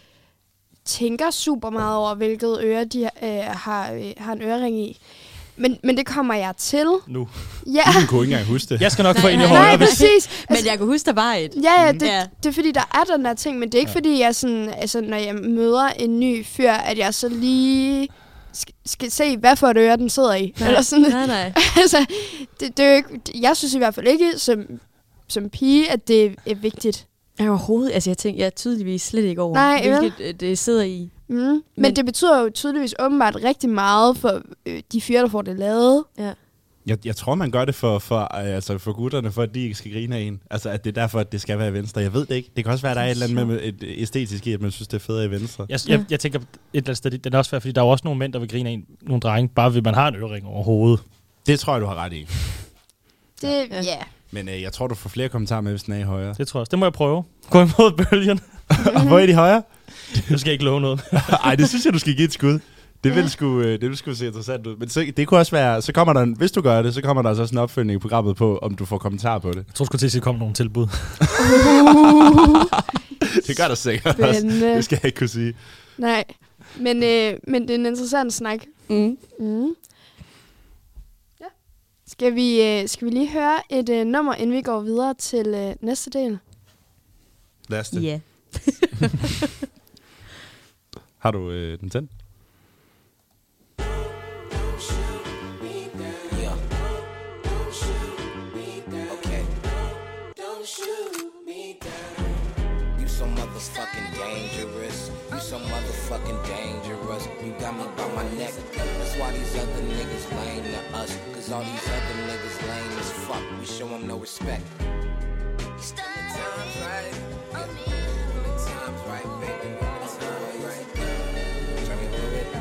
tænker super meget over, hvilket øre de øh, har, øh, har en ørering i. Men, men det kommer jeg til. Nu. Ja, Du kunne ikke engang huske det. Jeg skal nok Nej, få ind i nej, højre. nej, hvis- præcis. Men jeg kan huske, der var et. Ja, ja, det, Ja. det er fordi, der er den der ting, men det er ikke Ja. fordi, jeg sådan, altså, når jeg møder en ny fyr, at jeg så lige skal, skal se, hvad for et øre den sidder i. Nej, Eller sådan. nej, nej. altså, det, det er jo ikke, jeg synes i hvert fald ikke, som, som pige, at det er vigtigt. Jeg overhovedet, altså jeg tænker, jeg er tydeligvis slet ikke over, Nej, vel? hvilket øh, det sidder i. Mm. Men, Men- men det betyder jo tydeligvis åbenbart rigtig meget for øh, de fyre, der får det lavet. Ja. Jeg, jeg tror, man gør det for, for, øh, altså for gutterne, for at de ikke skal grine af en. Altså, at det er derfor, at det skal være i venstre. Jeg ved det ikke. Det kan også være, at der er et eller andet med et æstetisk i, at man synes, det er federe i venstre. Jeg, jeg, jeg tænker et eller andet sted, det er også fair, fordi der er jo også nogle mænd, der vil grine af en, nogle drenge, bare ved man har en ørering over hovedet. Det tror jeg, du har ret i. Det, Ja. ja. ja. Men øh, jeg tror, du får flere kommentarer med, hvis den er i højre. Det tror jeg også. Det må jeg prøve. Gå imod bølgen. Og hvor er de højre? Du skal ikke love noget. Ej, det synes jeg, du skal give et skud. Det vil sgu, øh, det vil sgu se interessant ud. Men så, det kunne også være, så kommer der, en, hvis du gør det, så kommer der altså også en opfølgning i programmet på, om du får kommentarer på det. Jeg tror sgu til, at der kommer nogle tilbud. Det gør der sikkert også. Spændende. Det skal jeg ikke kunne sige. Nej, men, øh, men det er en interessant snak. Mm. Mm. Ja. Skal vi, øh, skal vi lige høre et øh, nummer, inden vi går videre til øh, næste del? Lad os det. Ja. Har du øh, den tændt? You so motherfucking dangerous. You so motherfucking dangerous. You got me by my neck. That's why these other niggas lame to us. Cause all these other niggas lame as fuck. We show them no respect. When the time's right, yeah. When the time's right, baby. When the time's right. Turn me through it.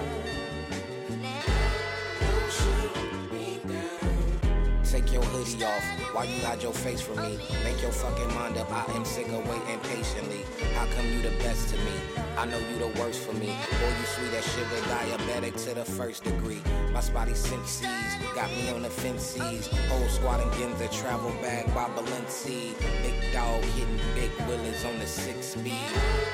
Don't shoot me down. Take your hoodie off. Why you hide your face from me? Make your fucking mind up. I am sick of waiting patiently. How come you the best to me? I know you the worst for me. Boy, you sweet as sugar, diabetic to the first degree. My spotty senses got me on the fences. Whole squad and Ginza travel bag by Balenci. Big dog hitting big Willis on the six speed.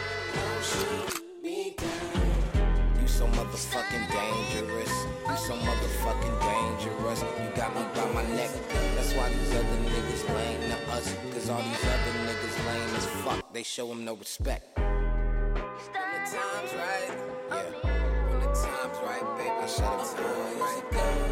You so motherfucking dangerous. You so motherfucking dangerous. You got me by my neck. That's why these other niggas lame to us. Cause all these other niggas lame as fuck. They show them no respect. When the time's right, yeah. When the time's right, baby, I shut it down right.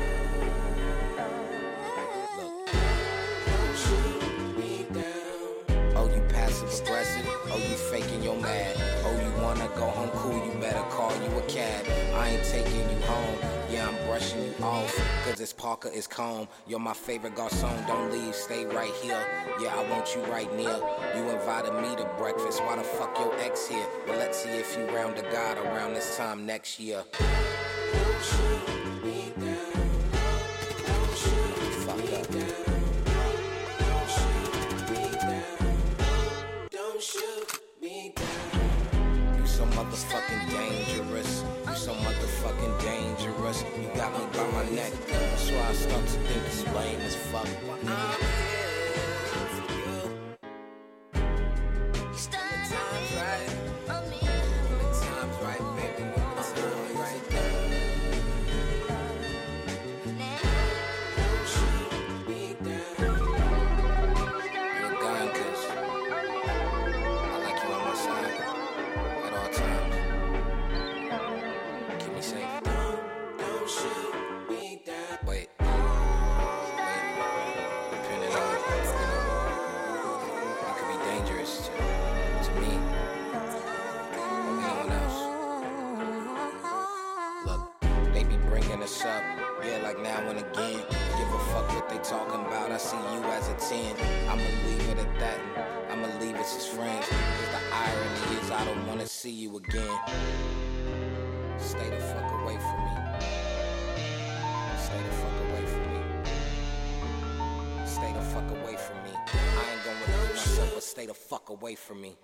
Oh, you passive aggressive. Oh, you faking your mad. Oh, you wanna go home cool, you better call you a cab. I ain't taking you home. Yeah, I'm brushing you off. Cause it's Parker, it's calm. You're my favorite garçon, don't leave, stay right here. Yeah, I want you right near. You invited me to breakfast. Why the fuck your ex here? Well, let's see if you round the God around this time next year. Don't shoot me down. Don't shoot me fuck up. Don't shoot me down. Don't shoot me down. You so motherfucking dangerous. You so motherfucking dangerous. You got me by my neck. That's why I start to think it's lame as fuck. I'm here for you. When the time's right. When the time's right, baby. When the time's right. Don't shoot me down. Bring a gun, cause I like you on my side at all times. Keep me safe. Don't, don't shoot me down. Wait. Wait. Depending on, you know, I could be dangerous to, to me or anyone else. Look, they be bringing us up, yeah, like now and again. Give a fuck what they talking about. I see you as a ten. I'ma leave it at that. And I'ma leave us as friends. Cause the irony is I don't wanna see you again. Stay the fuck away from me. Stay the fuck away from me. Stay the fuck away from me. I ain't gonna repeat myself, but stay the fuck away from me.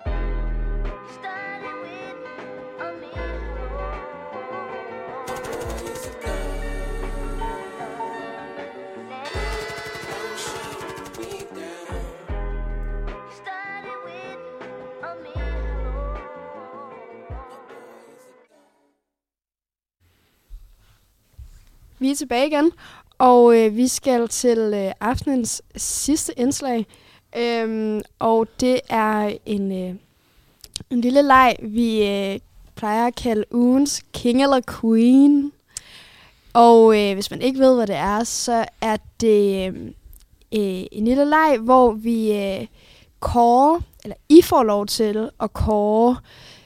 Vi er tilbage igen, og øh, vi skal til øh, aftenens sidste indslag. Øhm, og det er en, øh, en lille leg, vi øh, plejer at kalde ugens King eller Queen. Og øh, hvis man ikke ved, hvad det er, så er det øh, en lille leg, hvor vi øh, kårer, eller I får lov til at kåre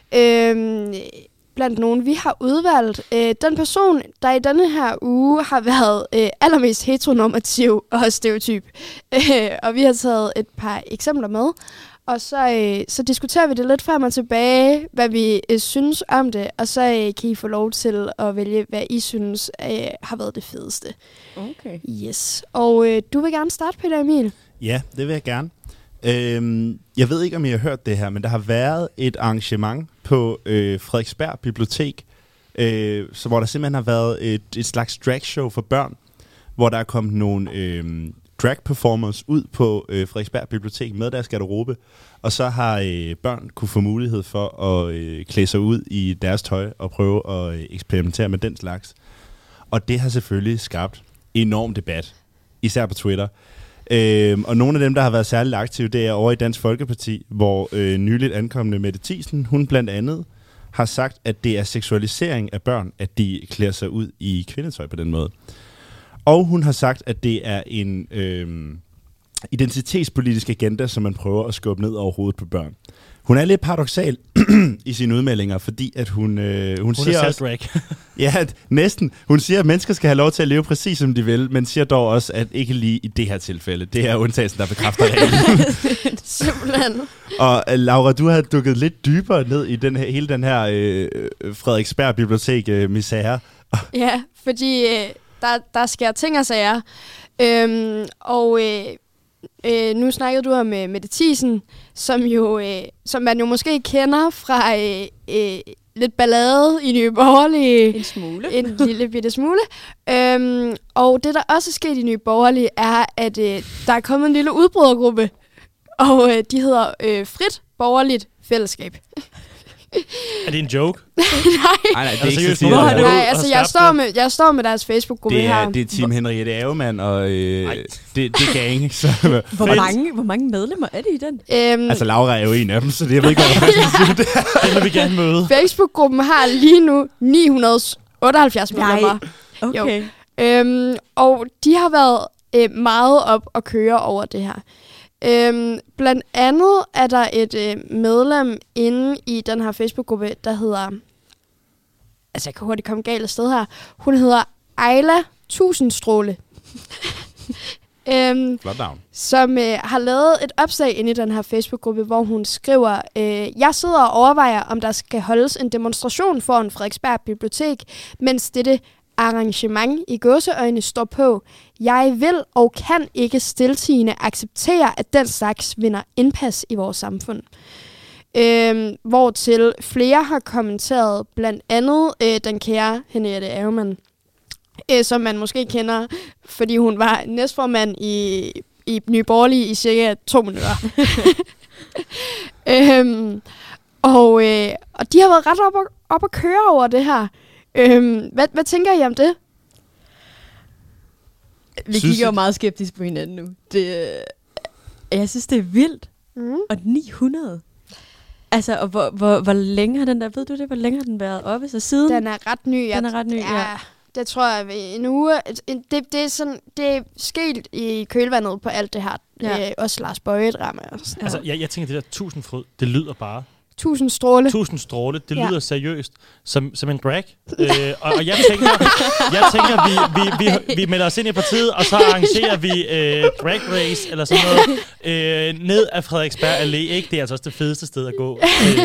øh, blandt nogen, vi har udvalgt. Øh, den person, der i denne her uge har været øh, allermest heteronormativ og stereotyp. Øh, og vi har taget et par eksempler med. Og så, øh, så diskuterer vi det lidt frem og tilbage, hvad vi øh, synes om det. Og så øh, kan I få lov til at vælge, hvad I synes øh, har været det fedeste. Okay. Yes. Og øh, du vil gerne starte, Peter Emil? Ja, det vil jeg gerne. Øhm, jeg ved ikke, om I har hørt det her, men der har været et arrangement på øh, Frederiksberg Bibliotek, øh, så hvor der simpelthen har været et, et slags dragshow for børn, hvor der er kommet nogle øh, drag-performers ud på øh, Frederiksberg Bibliotek med deres garderobe, og så har øh, børn kunne få mulighed for at øh, klæde sig ud i deres tøj og prøve at øh, eksperimentere med den slags. Og det har selvfølgelig skabt enorm debat, især på Twitter. Øhm, og nogle af dem, der har været særligt aktive, det er over i Dansk Folkeparti, hvor øh, nyligt ankommende Mette Thiesen, hun blandt andet har sagt, at det er seksualisering af børn, at de klæder sig ud i kvindetøj på den måde. Og hun har sagt, at det er en øh, identitetspolitisk agenda, som man prøver at skubbe ned over hovedet på børn. Hun er lidt paradoksal i sine udmeldinger, fordi at hun, øh, hun, hun siger også... ja, næsten. Hun siger, at mennesker skal have lov til at leve præcis som de vil, men siger dog også, at ikke lige i det her tilfælde. Det er undtagelsen, der bekræfter reglen. Simpelthen. Og uh, Laura, du har dukket lidt dybere ned i den her, hele den her øh, Frederiksberg Bibliotek øh, misære. Ja, fordi øh, der, der sker ting og sager. Øhm, og... Øh, Øh, nu snakkede du om øh, Mette Thiesen, som, jo, øh, som man jo måske kender fra øh, øh, lidt ballade i Nye Borgerlige. En smule. En lille bitte smule. Øhm, og det, der også er sket i Nye Borgerlige, er, at øh, der er kommet en lille udbrydergruppe. og øh, de hedder øh, Frit Borgerligt Fællesskab. Er det en joke? Nej. Nej, nej, det er Altså, ikke seriøst, så hvor har siger. du- Nej, altså har jeg skabt står, det? med, jeg står med deres Facebook-gruppe Det her. er, det er Team Henriette Avermann, og øh, Nej. det, det er gang. Så, Hvor Fedt. mange, hvor mange medlemmer er det i den? Øhm, altså, Laura er jo en af dem, så det, jeg ved ikke, hvad jeg skal sige det. Den vil vi gerne møde. Facebook-gruppen har lige nu ni hundrede otteoghalvfjerds medlemmer. Okay. Øhm, og de har været øh, meget op at køre over det her. Øhm, blandt andet er der et øh, medlem inde i den her Facebook-gruppe, der hedder... Altså, jeg kan hurtigt komme galt af sted her. Hun hedder Ejla Tusindstråle. øhm, Flot navn. som øh, har lavet et opslag inde i den her Facebook-gruppe, hvor hun skriver, øh, jeg sidder og overvejer, om der skal holdes en demonstration foran Frederiksberg Bibliotek, mens dette arrangement i gåseøjne står på. Jeg vil og kan ikke stiltiende acceptere, at den slags vinder indpas i vores samfund. Øhm, hvortil flere har kommenteret, blandt andet øh, den kære Henriette Avermann, øh, som man måske kender, fordi hun var næstformand i, i Nye Borgerlige i cirka to minutter. øhm, og, øh, og de har været ret op at, op at køre over det her. Øhm, hvad, hvad tænker I om det? Vi Synes kigger jo I- meget skeptisk på hinanden nu. Det, øh, jeg synes, det er vildt. Mm. Og ni hundrede. Altså, og hvor, hvor, hvor længe har den der, ved du det, hvor længe har den været oppe? Så siden? Den er ret ny. Den er ret ny, ja. Det tror jeg, ved en uge. Det, det, er sådan, det er sket i kølvandet på alt det her. Ja. Øh, også Lars Bøje-drama. Og sådan. Altså, jeg, jeg tænker, det der tusind fryd, det lyder bare. Tusind stråle. Tusind stråle, det Ja. lyder seriøst som, som en drag. Øh, og, og jeg tænker, jeg tænker vi, vi, vi, vi melder os ind i partiet, og så arrangerer vi øh, drag race eller sådan noget øh, ned af Frederiksberg Allé. Ikke? Det er altså også det fedeste sted at gå. Øh,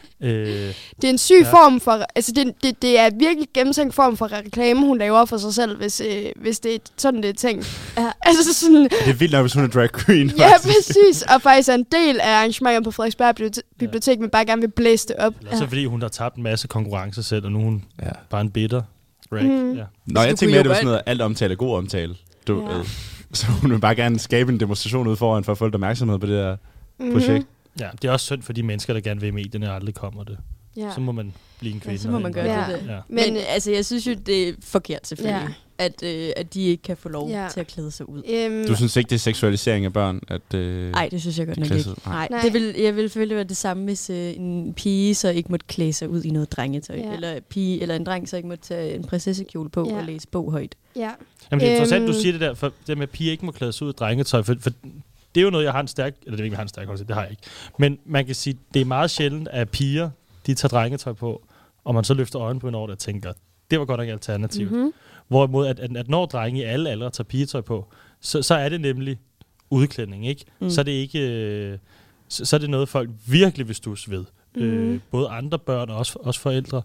øh, Det er en syg Ja. ja. form for... Altså, det, det, det er virkelig gennemtænkt form for reklame, hun laver for sig selv, hvis, øh, hvis det er sådan, det er tænkt. Ja. Altså sådan... Det er vildt nok, hvis hun er drag queen. Ja, faktisk. præcis. Og faktisk er en del af arrangementet på Frederiksberg Bibliotek, Bibliotek men bare gerne vil blæse det op. eller så fordi hun har tabt en masse konkurrence selv, og nu er hun Ja. bare en bitter drag. Mm. Ja. Nå, jeg Du tænker kunne mere, jo det var godt- sådan noget, alt omtale er god omtale. Du, Ja. øh, så hun vil bare gerne skabe en demonstration ud foran, for at få lidt opmærksomhed på det der Mhm. projekt. ja, det er også synd for de mennesker, der gerne vil i medierne, og aldrig kommer det. Ja. Så må man blive en kvinde. så må man gøre Ja. det. Ja. Men, Men, Men altså, jeg synes jo, det er forkert selvfølgelig, Ja. at, øh, at de ikke kan få lov Ja. til at klæde sig ud. øhm, Du synes ikke, det er seksualisering af børn? At, øh, Nej, det synes jeg godt de nok klæder ikke. sig- nej. Nej, Nej. det vil, jeg vil selvfølgelig være det samme, hvis øh, en pige så ikke måtte klæde sig ud i noget drengetøj, Ja. eller pige eller en dreng så ikke måtte tage en prinsessekjole på Ja. og læse bog højt. ja. Jamen, det er interessant, Øhm. du siger det der, for det med, at piger ikke må klæde sig ud i drengetøj, for, for det er jo noget, jeg har en stærk, eller det er ikke, jeg har en stærk holdning, det har jeg ikke. Men man kan sige, det er meget sjældent, at piger, de tager drengetøj på, og man så løfter øjnene på en år, der tænker, det var godt nok alternativt. Mm-hmm. Hvorimod, at, at, at når drenge i alle aldre tager pigetøj på, så, så er det nemlig udklædning, ikke? Mm. Så er det ikke... Øh, så, så er det noget, folk virkelig vil stusse ved. Mhm. Øh, både andre børn og også, også forældre.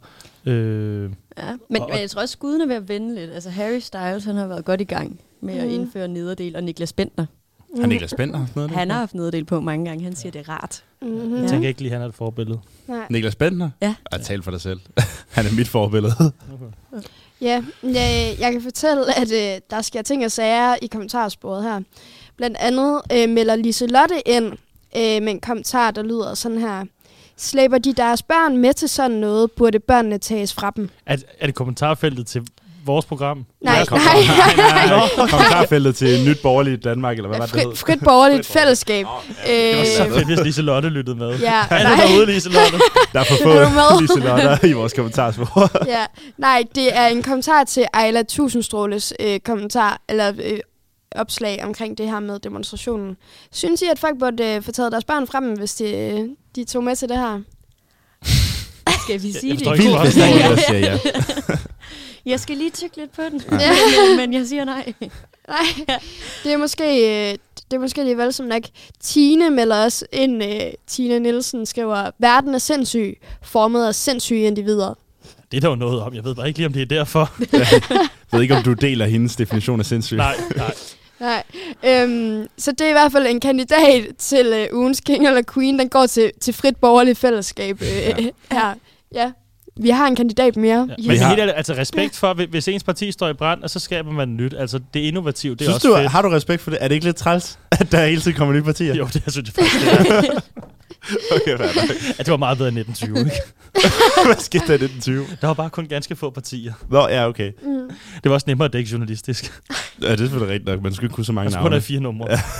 Øh, Ja. Men, Og- men jeg tror også, skuden er ved at vende lidt. Altså Harry Styles, han har været godt i gang med at Mhm. indføre nederdel, og Niklas Bentner, Har Niklas Bentner haft noget af det? han har haft nederdel på mange gange. Han siger, det er rart. Mm-hmm. jeg Ja. tænker ikke lige, han er et forbillede. Nej. Niklas Bentner? Ja. Jeg taler for dig selv. Han er mit forbillede. Ja, jeg, jeg kan fortælle, at øh, der sker ting og sager i kommentarsporet her. Blandt andet øh, melder Liselotte ind øh, med en kommentar, der lyder sådan her. Slæber de deres børn med til sådan noget, burde børnene tages fra dem. Er, er det kommentarfeltet til vores program? Nej, Ja, kom- nej, nej, nej. Kommentarfeltet til Nyt Borgerligt Danmark, eller hvad var det, det Frit, hed? frit borgerligt fællesskab. Det var så Øh, fedt, hvis Liselotte lyttede med. ja, Er nej. du derude, Liselotte? Der er for Er du få med? Liselotter i vores kommentarspor. Ja, nej, det er en kommentar til Ejla Tusindstråles øh, kommentar, eller øh, opslag omkring det her med demonstrationen. Synes I, at folk burde øh, få taget deres børn frem, hvis de, øh, de tog med til det her? Skal vi Jeg sige forstår det? ikke, Vildt, hvis der er en, der siger ja. Jeg skal lige tykke lidt på den, Ja. men, men jeg siger nej. Nej, det er måske, øh, det er måske lige vel som nok. Tine melder også ind, øh, Tine Nielsen skriver, verden er sindssyg, formet af sindssyge individer. Det er der jo noget om. Jeg ved bare ikke lige, om det er derfor. Jeg ved ikke, om du deler hendes definition af sindssyg. Nej, nej. Nej, øhm, så det er i hvert fald en kandidat til øh, ugens King eller Queen, den går til, til frit borgerligt fællesskab øh, Ja. her. Ja, Vi har en kandidat mere. Ja. Men har- helt ærligt, altså respekt for, hvis- hvis ens parti står i brand, og så skaber man nyt. Altså det er innovativt, det er Synes også du, fedt. har du respekt for det? Er det ikke lidt træls, at der hele tiden kommer nye partier? Jo, det synes jeg faktisk, det er. Okay, fair nok. Ja, det var meget bedre end nitten tyve, ikke? Hvad skete der i nitten tyve? Der var bare kun ganske få partier. Nå, ja, okay. Mm. Det var også nemmere at dække journalistisk. Ja, det er selvfølgelig rigtigt nok. Man skulle ikke kunne så mange Man skulle navne. kun have fire numre. Ja.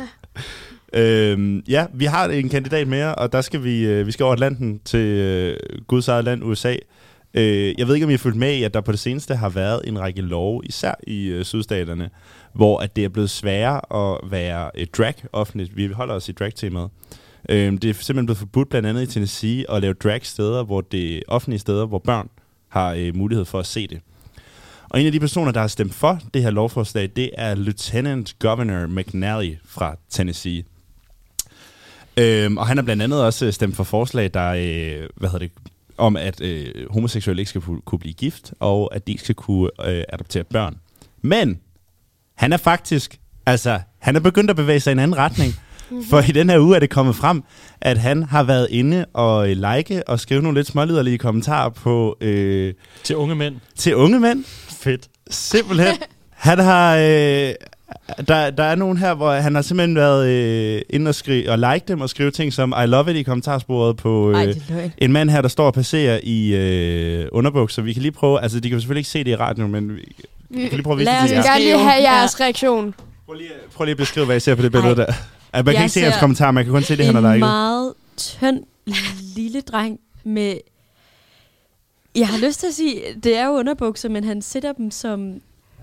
Øhm, ja, vi har en kandidat mere, og der skal vi, øh, vi skal over Atlanten til øh, Guds eget land, U S A. Øh, jeg ved ikke, om I har fulgt med i, at der på det seneste har været en række love, især i øh, sydstaterne, hvor at det er blevet sværere at være et drag offentligt. Vi holder os i drag-temaet. Øh, det er simpelthen blevet forbudt blandt andet i Tennessee at lave drag-steder, hvor det offentlige steder, hvor børn har øh, mulighed for at se det. Og en af de personer, der har stemt for det her lovforslag, det er Lieutenant Governor McNally fra Tennessee. Øhm, og han har blandt andet også stemt for forslag, der øh, hvad hedder det, om, at øh, homoseksuelle ikke skal kunne blive gift, og at de ikke skal kunne øh, adoptere børn. Men han er faktisk, altså, han er begyndt at bevæge sig i en anden retning. For i den her uge er det kommet frem, at han har været inde og øh, like og skrive nogle lidt småliderlige kommentarer på... Øh, til unge mænd. Til unge mænd. Fedt. Simpelthen. Han har... Øh, der, der er nogen her, hvor han har simpelthen været øh, inde og, skrive, og like dem og skrive ting som I love it i kommentarsporet på øh, Ej, en mand her, der står og passerer i øh, underbukser. Vi kan lige prøve... Altså, de kan selvfølgelig ikke se det i radioen, men vi, vi kan lige prøve at vise Lad det os til jer. gerne lige have jeres reaktion. Prøv lige, prøv lige at beskrive, hvad I ser på det billede der. Man kan Jeg ikke se ser hans kommentarer, man kan kun se det, han har En liket. meget tynd lille dreng med... Jeg har lyst til at sige, det er jo underbukser, men han sætter dem som...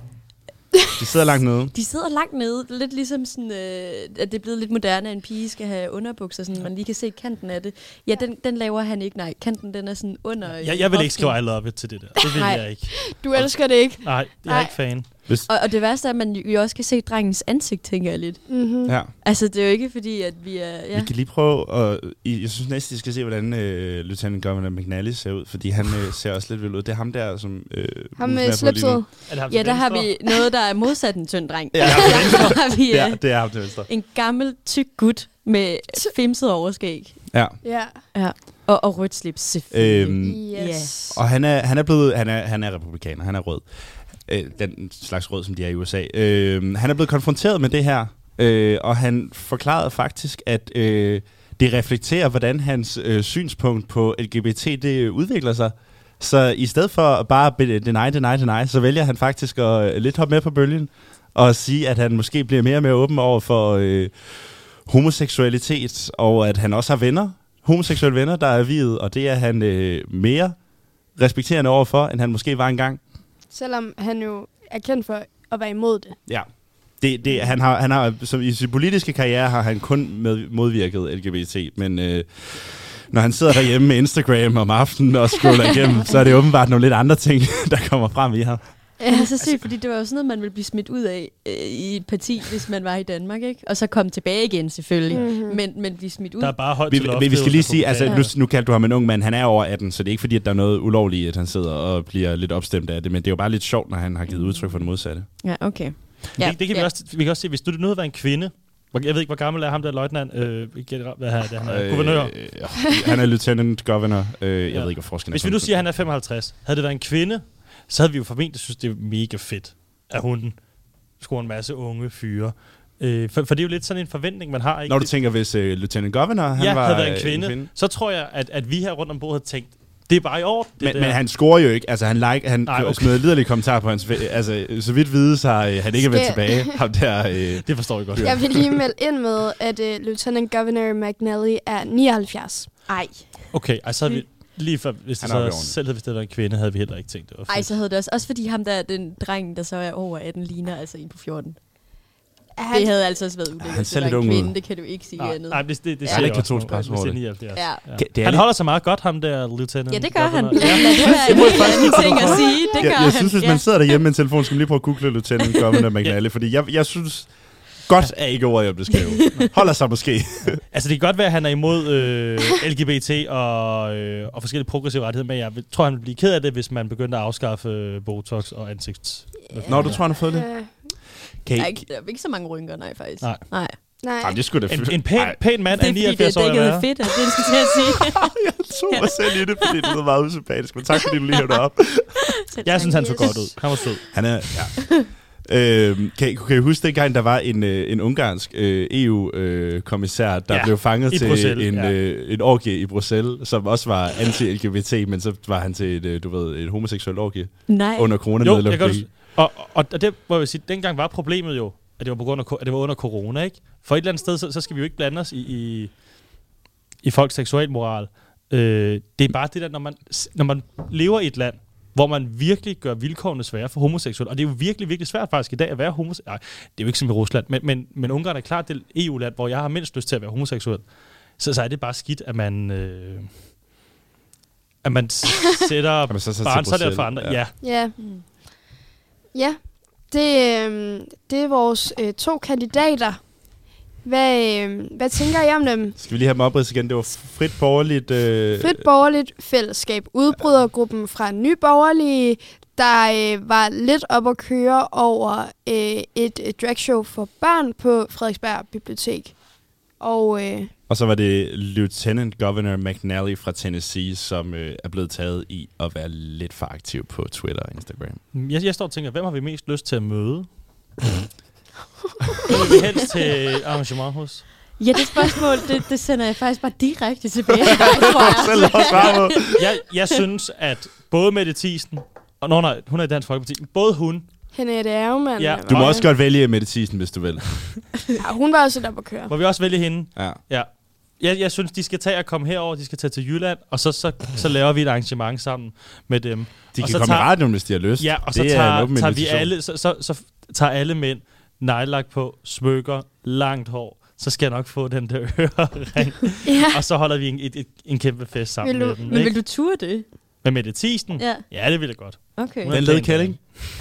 De sidder langt nede. De sidder langt nede. Lidt ligesom sådan, øh, at det er blevet lidt moderne, at en pige skal have underbukser, så man lige kan se kanten af det. Ja, den, den laver han ikke. Nej, kanten den er sådan under... Jeg, jeg vil ikke skrive I love it til det der. Det vil Nej. jeg ikke. Du elsker det ikke? Nej, jeg er Nej. ikke fan. Hvis... Og, og det værste er, at man jo også kan se drengens ansigt, tænker jeg lidt. Mm-hmm. Ja. Altså, det er jo ikke fordi, at vi er... Ja. Vi kan lige prøve, og jeg synes næsten, I skal se, hvordan øh, Lieutenant Governor McNally ser ud, fordi han øh, ser også lidt vildt ud. Det er ham der, som... Øh, Ham hun med smager på lige nu. slipset. Ja, der har vi noget, der er modsat en tynd dreng. Ja, der har vi ja, øh, det er ham til venstre. en gammel, tyk gut med femset overskæg. Ja. Ja. Ja. Og, og rødt slips, selvfølgelig. Øhm, Yes. Og han er, han er blevet, han er, han er republikaner, han er rød. Øh, den slags rød, som de er i U S A. Øh, han er blevet konfronteret med det her, øh, og han forklarede faktisk, at øh, det reflekterer, hvordan hans øh, synspunkt på L G B T det udvikler sig. Så i stedet for bare deny, deny, deny, så vælger han faktisk at øh, lidt hoppe med på bølgen, og sige, at han måske bliver mere og mere åben over for øh, homoseksualitet, og at han også har venner, homoseksuelle venner, der er viet, og det er han øh, mere respekterende overfor, end han måske var engang. Selvom han jo er kendt for at være imod det. Ja. Det, det, han har, han har, som i sin politiske karriere har han kun med, modvirket L G B T, men øh, når han sidder derhjemme med Instagram om aftenen og scroller igennem, så er det åbenbart nogle lidt andre ting, der kommer frem i ham. Ja, det er så sygt, fordi det var jo sådan noget, man ville blive smidt ud af øh, i et parti, hvis man var i Danmark, ikke? Og så komme tilbage igen, selvfølgelig. Mm-hmm. Men, men blive smidt ud. Der er bare højt Vi, til loftet. vi, vi skal lige sige, altså Ja. nu, nu kaldte du ham en ung mand, han er over atten, så det er ikke fordi, at der er noget ulovligt, at han sidder og bliver lidt opstemt af det, men det er jo bare lidt sjovt, når han har givet udtryk for det modsatte. Ja, okay. Ja, det, det kan vi, også, vi kan også se, hvis du nu var en kvinde, hvor- jeg ved ikke, hvor gammel er ham der løjtnant, øh, general- hvad er det, han er, øh, guvernør. Øh, han er lieutenant governor, øh, jeg Ja. ved ikke, hvad forskellen er. Hvis vi nu siger, at han er femoghalvtreds, havde det været en kvinde, så havde vi jo formentlig synes, det er mega fedt, at hun scorer en masse unge fyre. Øh, for, for det er jo lidt sådan en forventning, man har. Ikke? Når du tænker, hvis uh, lieutenant governor, han ja, var havde været en øh, kvinde, en kvinde, så tror jeg, at, at vi her rundt om bordet havde tænkt, det er bare i orden. Det Men, der. men han scorer jo ikke. Altså, han, like, han Nej, okay. smed liderlige kommentarer på hans... Altså, så vidt vide, så har øh, han ikke været Skal- tilbage. Ham der, øh, det forstår jeg godt. Jeg vil lige melde ind med, at uh, Lieutenant Governor McNally er nioghalvfjerds. Ej. Okay, altså havde vi lige for, hvis det Han er så oppe i selv havde, hvis det var en kvinde, havde vi heller ikke tænkt det. Var Ej, fedt. så havde det også. Også fordi ham der, den dreng, der så er over atten, ligner altså en på fjorten. Han, Det havde altså også været ulækkert. han ser Det var lidt en ung ud. kvinde, det kan du ikke sige Nej, andet. nej, det, det, det Ja. siger Han er jeg ikke også katolsk nu, præst hvis over det er det. nioghalvfjerds. Ja. Ja. Kan- det er Han lidt- holder sig meget godt, ham der lieutenant. Ja, det gør han. governor. Lad, Ja. lad det være Det må jeg faktisk en lige ting at sige. Det gør jeg, jeg han. synes, hvis man sidder derhjemme med en telefon, skal man lige prøve at google lieutenant governor McNally, fordi jeg, jeg synes... Godt er ikke ordet, jeg vil skrive. Holder sig måske. Altså, det kan godt være, at han er imod øh, L G B T og, øh, og forskellige progressive rettigheder, men jeg vil- tror, han vil blive ked af det, hvis man begynder at afskaffe øh, Botox og ansigts... Nå, du tror, han har fået det? øh, Kan Der er, I, ikke, der er ikke så mange rynker, nej, faktisk. Nej. nej. Nej. Jamen, det skulle da En, f- en pæn, Ej, pæn mand Det er er fordi, det niogfirs er år. dækket eller af hvad? fedt, at det skal til at sige. jeg tog mig selv i det, fordi det lyder meget usympatisk. Men tak, fordi du lige hævde op. Jeg synes, han så godt ud. Han var sød. Han er, ja. Øhm, kan, I- kan I huske dengang, der var en, øh, en ungarsk øh, E U-kommissær, der Ja, blev fanget i til Bruxelles, en, ja. øh, en orgie i Bruxelles, som også var anti-L G B T, men så var han til et, øh, du ved, et homoseksuel orgie Nej. under Jo, jeg kan coronanedlukningen. og, og, og det må jeg sige, dengang var problemet jo, at det var på grund af ko- at det var under corona, ikke? For et eller andet sted, så, så skal vi jo ikke blande os i, i, i folks seksualmoral. Øh, det er bare det der, når man, når man lever i et land, hvor man virkelig gør vilkårene svære for homoseksuelle. Og det er jo virkelig, virkelig svært faktisk i dag at være homoseksuel. Nej, det er jo ikke som i Rusland, men, men, men Ungarn er klart det E U-land, hvor jeg har mindst lyst til at være homoseksuel. Så, så er det bare skidt, at man... Øh, at man sætter man så tager til barn, så er det Bruxelles, for andre. ja. Ja. Ja. Mm. Ja, det, øh, det er vores øh, to kandidater. Hvad, øh, hvad tænker I om dem? Skal vi lige have dem oprids igen? Det var frit borgerligt... Øh, Frit Borgerligt Fællesskab. Udbrydergruppen fra Nye Borgerlige, der øh, var lidt op at køre over øh, et øh, dragshow for børn på Frederiksberg Bibliotek. Og øh, Og så var det Lieutenant Governor McNally fra Tennessee, som øh, er blevet taget i at være lidt for aktiv på Twitter og Instagram. Jeg, jeg står og tænker, hvem har vi mest lyst til at møde? Hvem vil vi helst til arrangement hos? Ja, det spørgsmål, det, det sender jeg faktisk bare direkte tilbage til dig, tror jeg. Så lad os svare på. Jeg, jeg synes, at både Mette Thiesen, og nå, nej, hun er i Dansk Folkeparti, både hun, Henriette Ærgemann. Ja. Du må også godt vælge Mette Thiesen, hvis du vil. Ja, hun var også lidt op at køre. må vi også vælge hende. Ja. Ja. Jeg, jeg synes, de skal tage og komme herover, de skal tage til Jylland, og så, så, så laver vi et arrangement sammen med dem. De Og kan så komme i tager- radioen, hvis de har lyst. Ja, og så det er en tager, åben tager vi invitation. alle, så, så, så tager alle mænd nejlagt på, smykker, langt hår, så skal jeg nok få den der ørering. Ja. Og så holder vi en, et, et, en kæmpe fest sammen Vil du- med dem. Men ikke? vil du ture det? Med Mette Thiesen? Ja. Ja, det vil jeg godt. Okay. Hun er Den led pæn kælling.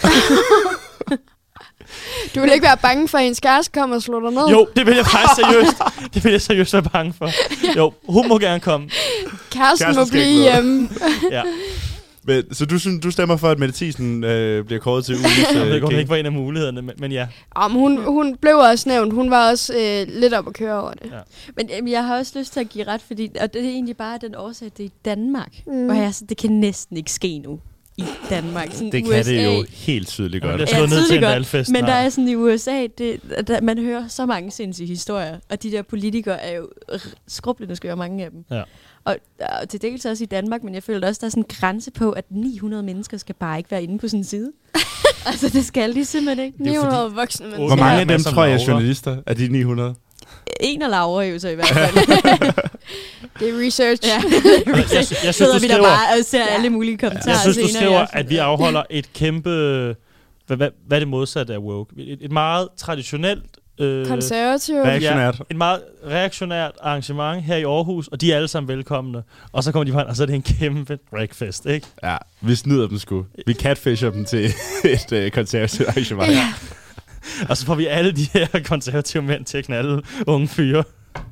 Du vil ikke være bange for, at ens kæreste kommer og slår dig ned? Jo, det vil jeg faktisk seriøst. Det vil jeg seriøst være bange for. Jo, hun må gerne komme. Kæresten må Kæresten skal blive ikke med. hjemme. Ja. Men, så du, synes, du stemmer for, at Mette Thiesen øh, bliver kåret til ugens Jeg ved øh, ikke, om det king? ikke var en af mulighederne, men, men ja. Om hun, hun blev også nævnt. Hun var også øh, lidt op at køre over det. Ja. Men jamen, jeg har også lyst til at give ret, fordi, og det er egentlig bare den årsag, at det er i Danmark. Mm. Mm. Og jeg, så det kan næsten ikke ske nu i Danmark. Sådan Det U kan S A, det jo helt tydeligt Jeg godt. bliver Ja, slået ned til en tydeligt godt. valgfest. Men der Nej. er sådan i U S A, det, der, man hører så mange sindssyge historier, og de der politikere er jo r- skrublende skøre, mange af dem. Ja. Og, og til dels også i Danmark, men jeg føler også, der er sådan en grænse på, at ni hundrede mennesker skal bare ikke være inde på sådan en side. altså, det skal de simpelthen ikke. Det er ni hundrede fordi- voksne mennesker. Hvor mange af dem Masser af tror jeg er altså, Laura. journalister? Er de ni hundrede? En af Laura jo så i hvert fald. Det er research. ja. Jeg, jeg, jeg synes, Sidder du vi der skriver, bare og ser alle mulige kommentarer jeg synes, du senere. skriver, Jeg er sådan, at vi afholder et kæmpe... Hvad, hvad, hvad er det modsatte af woke? Et, et meget traditionelt... Øh, Konservative. Reaktionært. Ja, et meget reaktionært arrangement her i Aarhus, og de er alle sammen velkomne. Og så kommer de frem, og så er det en kæmpe dragfest, ikke? Ja, vi snyder dem sgu. Vi catfisher dem til et øh, konservativt arrangement. Ja. Og så får vi alle de her konservative mænd til at knalde unge fyre.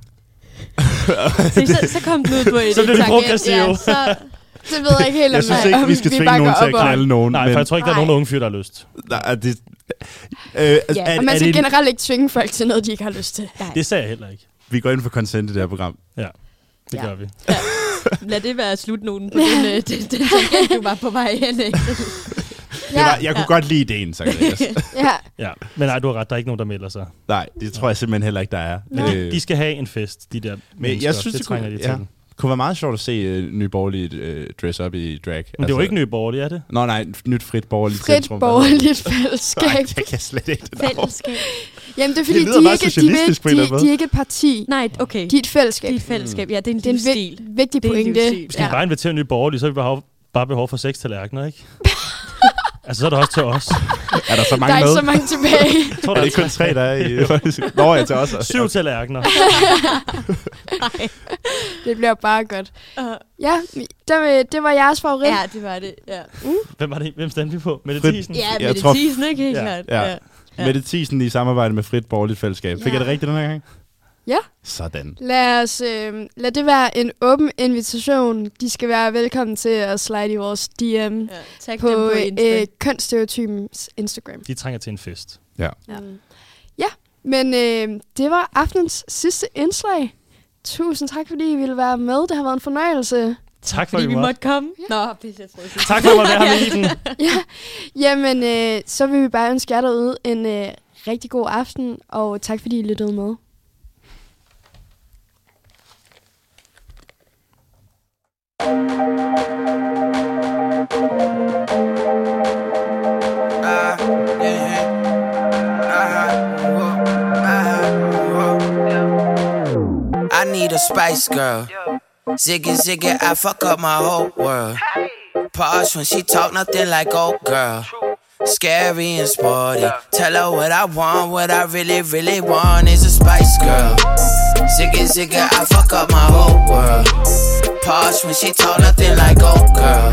Se, så, så kom den ud på et Så bliver det tangent. progressivt. Ja, så, Det ved jeg ikke helt, om Jeg synes nej, ikke, om vi skal tvinge bakker nogen til at op om. knalde nogen. Nej, men, for jeg tror ikke, der er Nej. nogen unge fyre, der har lyst. Nej, det, øh, altså, Ja, er, Og man er skal det, generelt ikke tvinge folk til noget, de ikke har lyst til. nej, Det sagde jeg heller ikke. vi går ind for consent i det her program. Det Ja. gør vi. lad det være slutnoten på den, øh, den, den tangent, du var på vej hen. Ikke? Det var, jeg kunne Ja. godt lide ideen, Zacharias. Ja. Ja. Men nej, du har ret. Der er ikke nogen, der melder sig. Nej, det tror jeg simpelthen heller ikke, der er. Men de, de skal have en fest, de der men mennesker. jeg synes, det, det trænger kunne, de til. ja, kunne være meget sjovt at se uh, Nye Borgerlige uh, dress up i drag. Men det er jo ikke nye borgerlige, er det? Nå nej, nyt frit borgerligt Frit centrum. borgerligt Nej, fællesskab. det kan slet ikke det navn. Fællesskab. Jamen, det er fordi, Det lyder de, er meget ikke, de, er socialistisk på en ikke, eller anden de, de er ikke et parti. Nej, okay. De er et fællesskab. Det er et fællesskab. Ja, det er en Det er en livsstil. vig, vigtig Det er en pointe. livsstil. Vi skal ja. bare invitere nye borgerlige, så har vi bare, bare behov for seks tallerkener, ikke? Altså, så er der også til os. Er der så Der mange er med? ikke så mange tilbage. Jeg tror, Er der det ikke kun tre, der er i? Nå, jeg tager også. syv tallerkener. Nej. Det bliver bare godt. Uh, Ja, det, det var jeres favorit. ja, det var det. Ja, Hvem var det? Hvem stemte vi på? Mette Frit- Thiesen? ja Jeg med det tror- tisen, ikke? Helt Ja. klart. Ja. Ja. Ja. Mette Thiesen i samarbejde med Frit Borgerligt Fællesskab. Fik Ja. jeg det rigtigt den her gang? Ja. Sådan. Lad, os, øh, lad det være en åben invitation. De skal være velkommen til at slide i vores D M Ja, tag på, dem på Insta. øh, kønsstereotypens Instagram. De trænger til en fest. Ja. Ja. Ja, Men øh, det var aftenens sidste indslag. Tusind tak, fordi I ville være med. Det har været en fornøjelse. Tak for, fordi at I vi måtte. måtte komme. Nå, pisse, jeg troede. Tak for, at I måtte være her med i den. Ja, jamen, øh, så vil vi bare ønske jer derude en øh, rigtig god aften, og tak fordi I lyttede med. I need a spice girl. Ziggy, ziggy, I fuck up my whole world. Posh when she talk, nothing like old girl. Scary and sporty. Tell her what I want, what I really, really want is a spice girl. Ziggy, ziggy, I fuck up my whole world. Posh when she talk, nothing like old girl.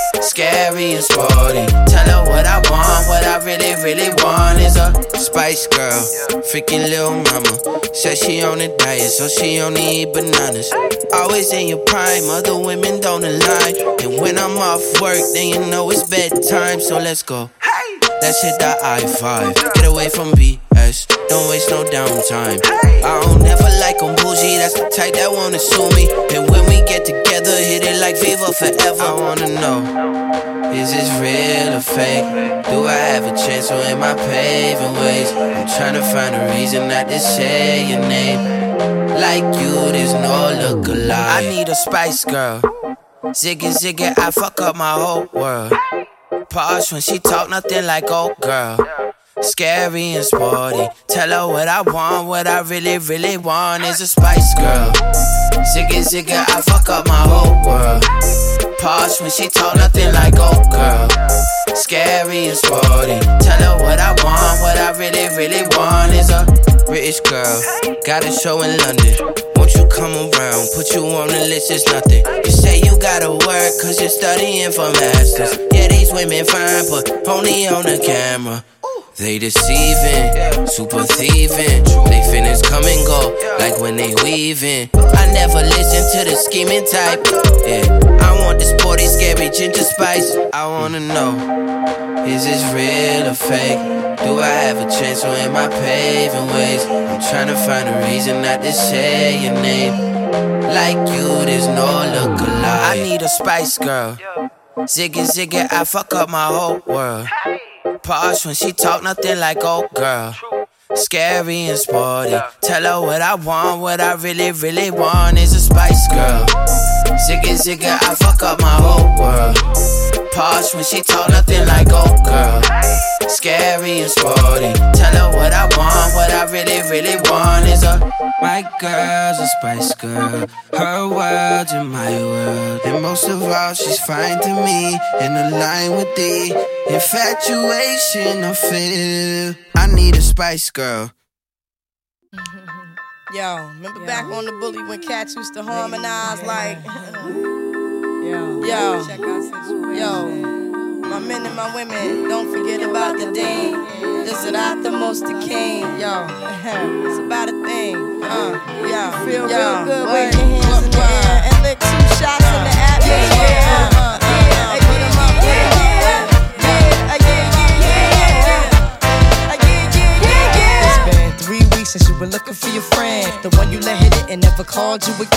Scary and sporty. Tell her what I want, what I really, really want is a spice girl. Freaking little mama. Says she on a diet, so she only eat bananas. Always in your prime, other women don't align. And when I'm off work, then you know it's bedtime, so let's go. Let's hit the I five, get away from B S, don't waste no downtime. I don't ever like them bougie, that's the type that wanna sue me. And when we get together, hit it like Viva forever. I wanna know, is this real or fake? Do I have a chance or am I paving ways? I'm trying to find a reason not to say your name. Like you, there's no look alike. I need a spice girl. Ziggy, ziggy, I fuck up my whole world. Posh when she talk, nothing like old girl. Scary and sporty. Tell her what I want, what I really, really want is a spice girl. Ziggy, ziggy, I fuck up my whole world. Posh when she talk, nothing like old girl. Scary and sporty. Tell her what I want, what I really, really want is a British girl. Got a show in London. Won't you come around, put you on the list, it's nothing. You say you gotta work, cause you're studying for masters. Yeah, these women fine, but only on the camera. They deceiving, super thieving. They finish come and go, like when they weaving. I never listen to the scheming type. Yeah, I want the sporty, scary ginger spice. I wanna know, is this real or fake? Do I have a chance or am I paving ways? I'm trying to find a reason not to say your name. Like you, there's no look alike. I need a spice girl. Ziggy, ziggy, I fuck up my whole world. Posh when she talk, nothing like old girl. Scary and sporty. Tell her what I want, what I really, really want is a spice girl. Ziggy, ziggy, I fuck up my whole world. Posh when she talk, nothing like old girl. Scary and sporty. Tell her what I want, what I really, really want is a my girl's a spice girl. Her world's in my world. And most of all, she's fine to me. And aligned with the infatuation I feel. I need a spice girl. Yo, remember Yo. back on the bully when cats used to harmonize like Yo, yo, check out yo, my men and my women, don't forget about the dean. This is not the most the king, yo. It's about a thing, uh, yo. Feel yo. real good, wave your hands in the air and lick two shots in the atmosphere. Yeah, uh, uh, yeah, put them up, yeah, yeah, yeah, yeah, yeah, yeah, yeah, yeah. It's been three weeks since you were looking for your friend, the one you let hit it and never called you again.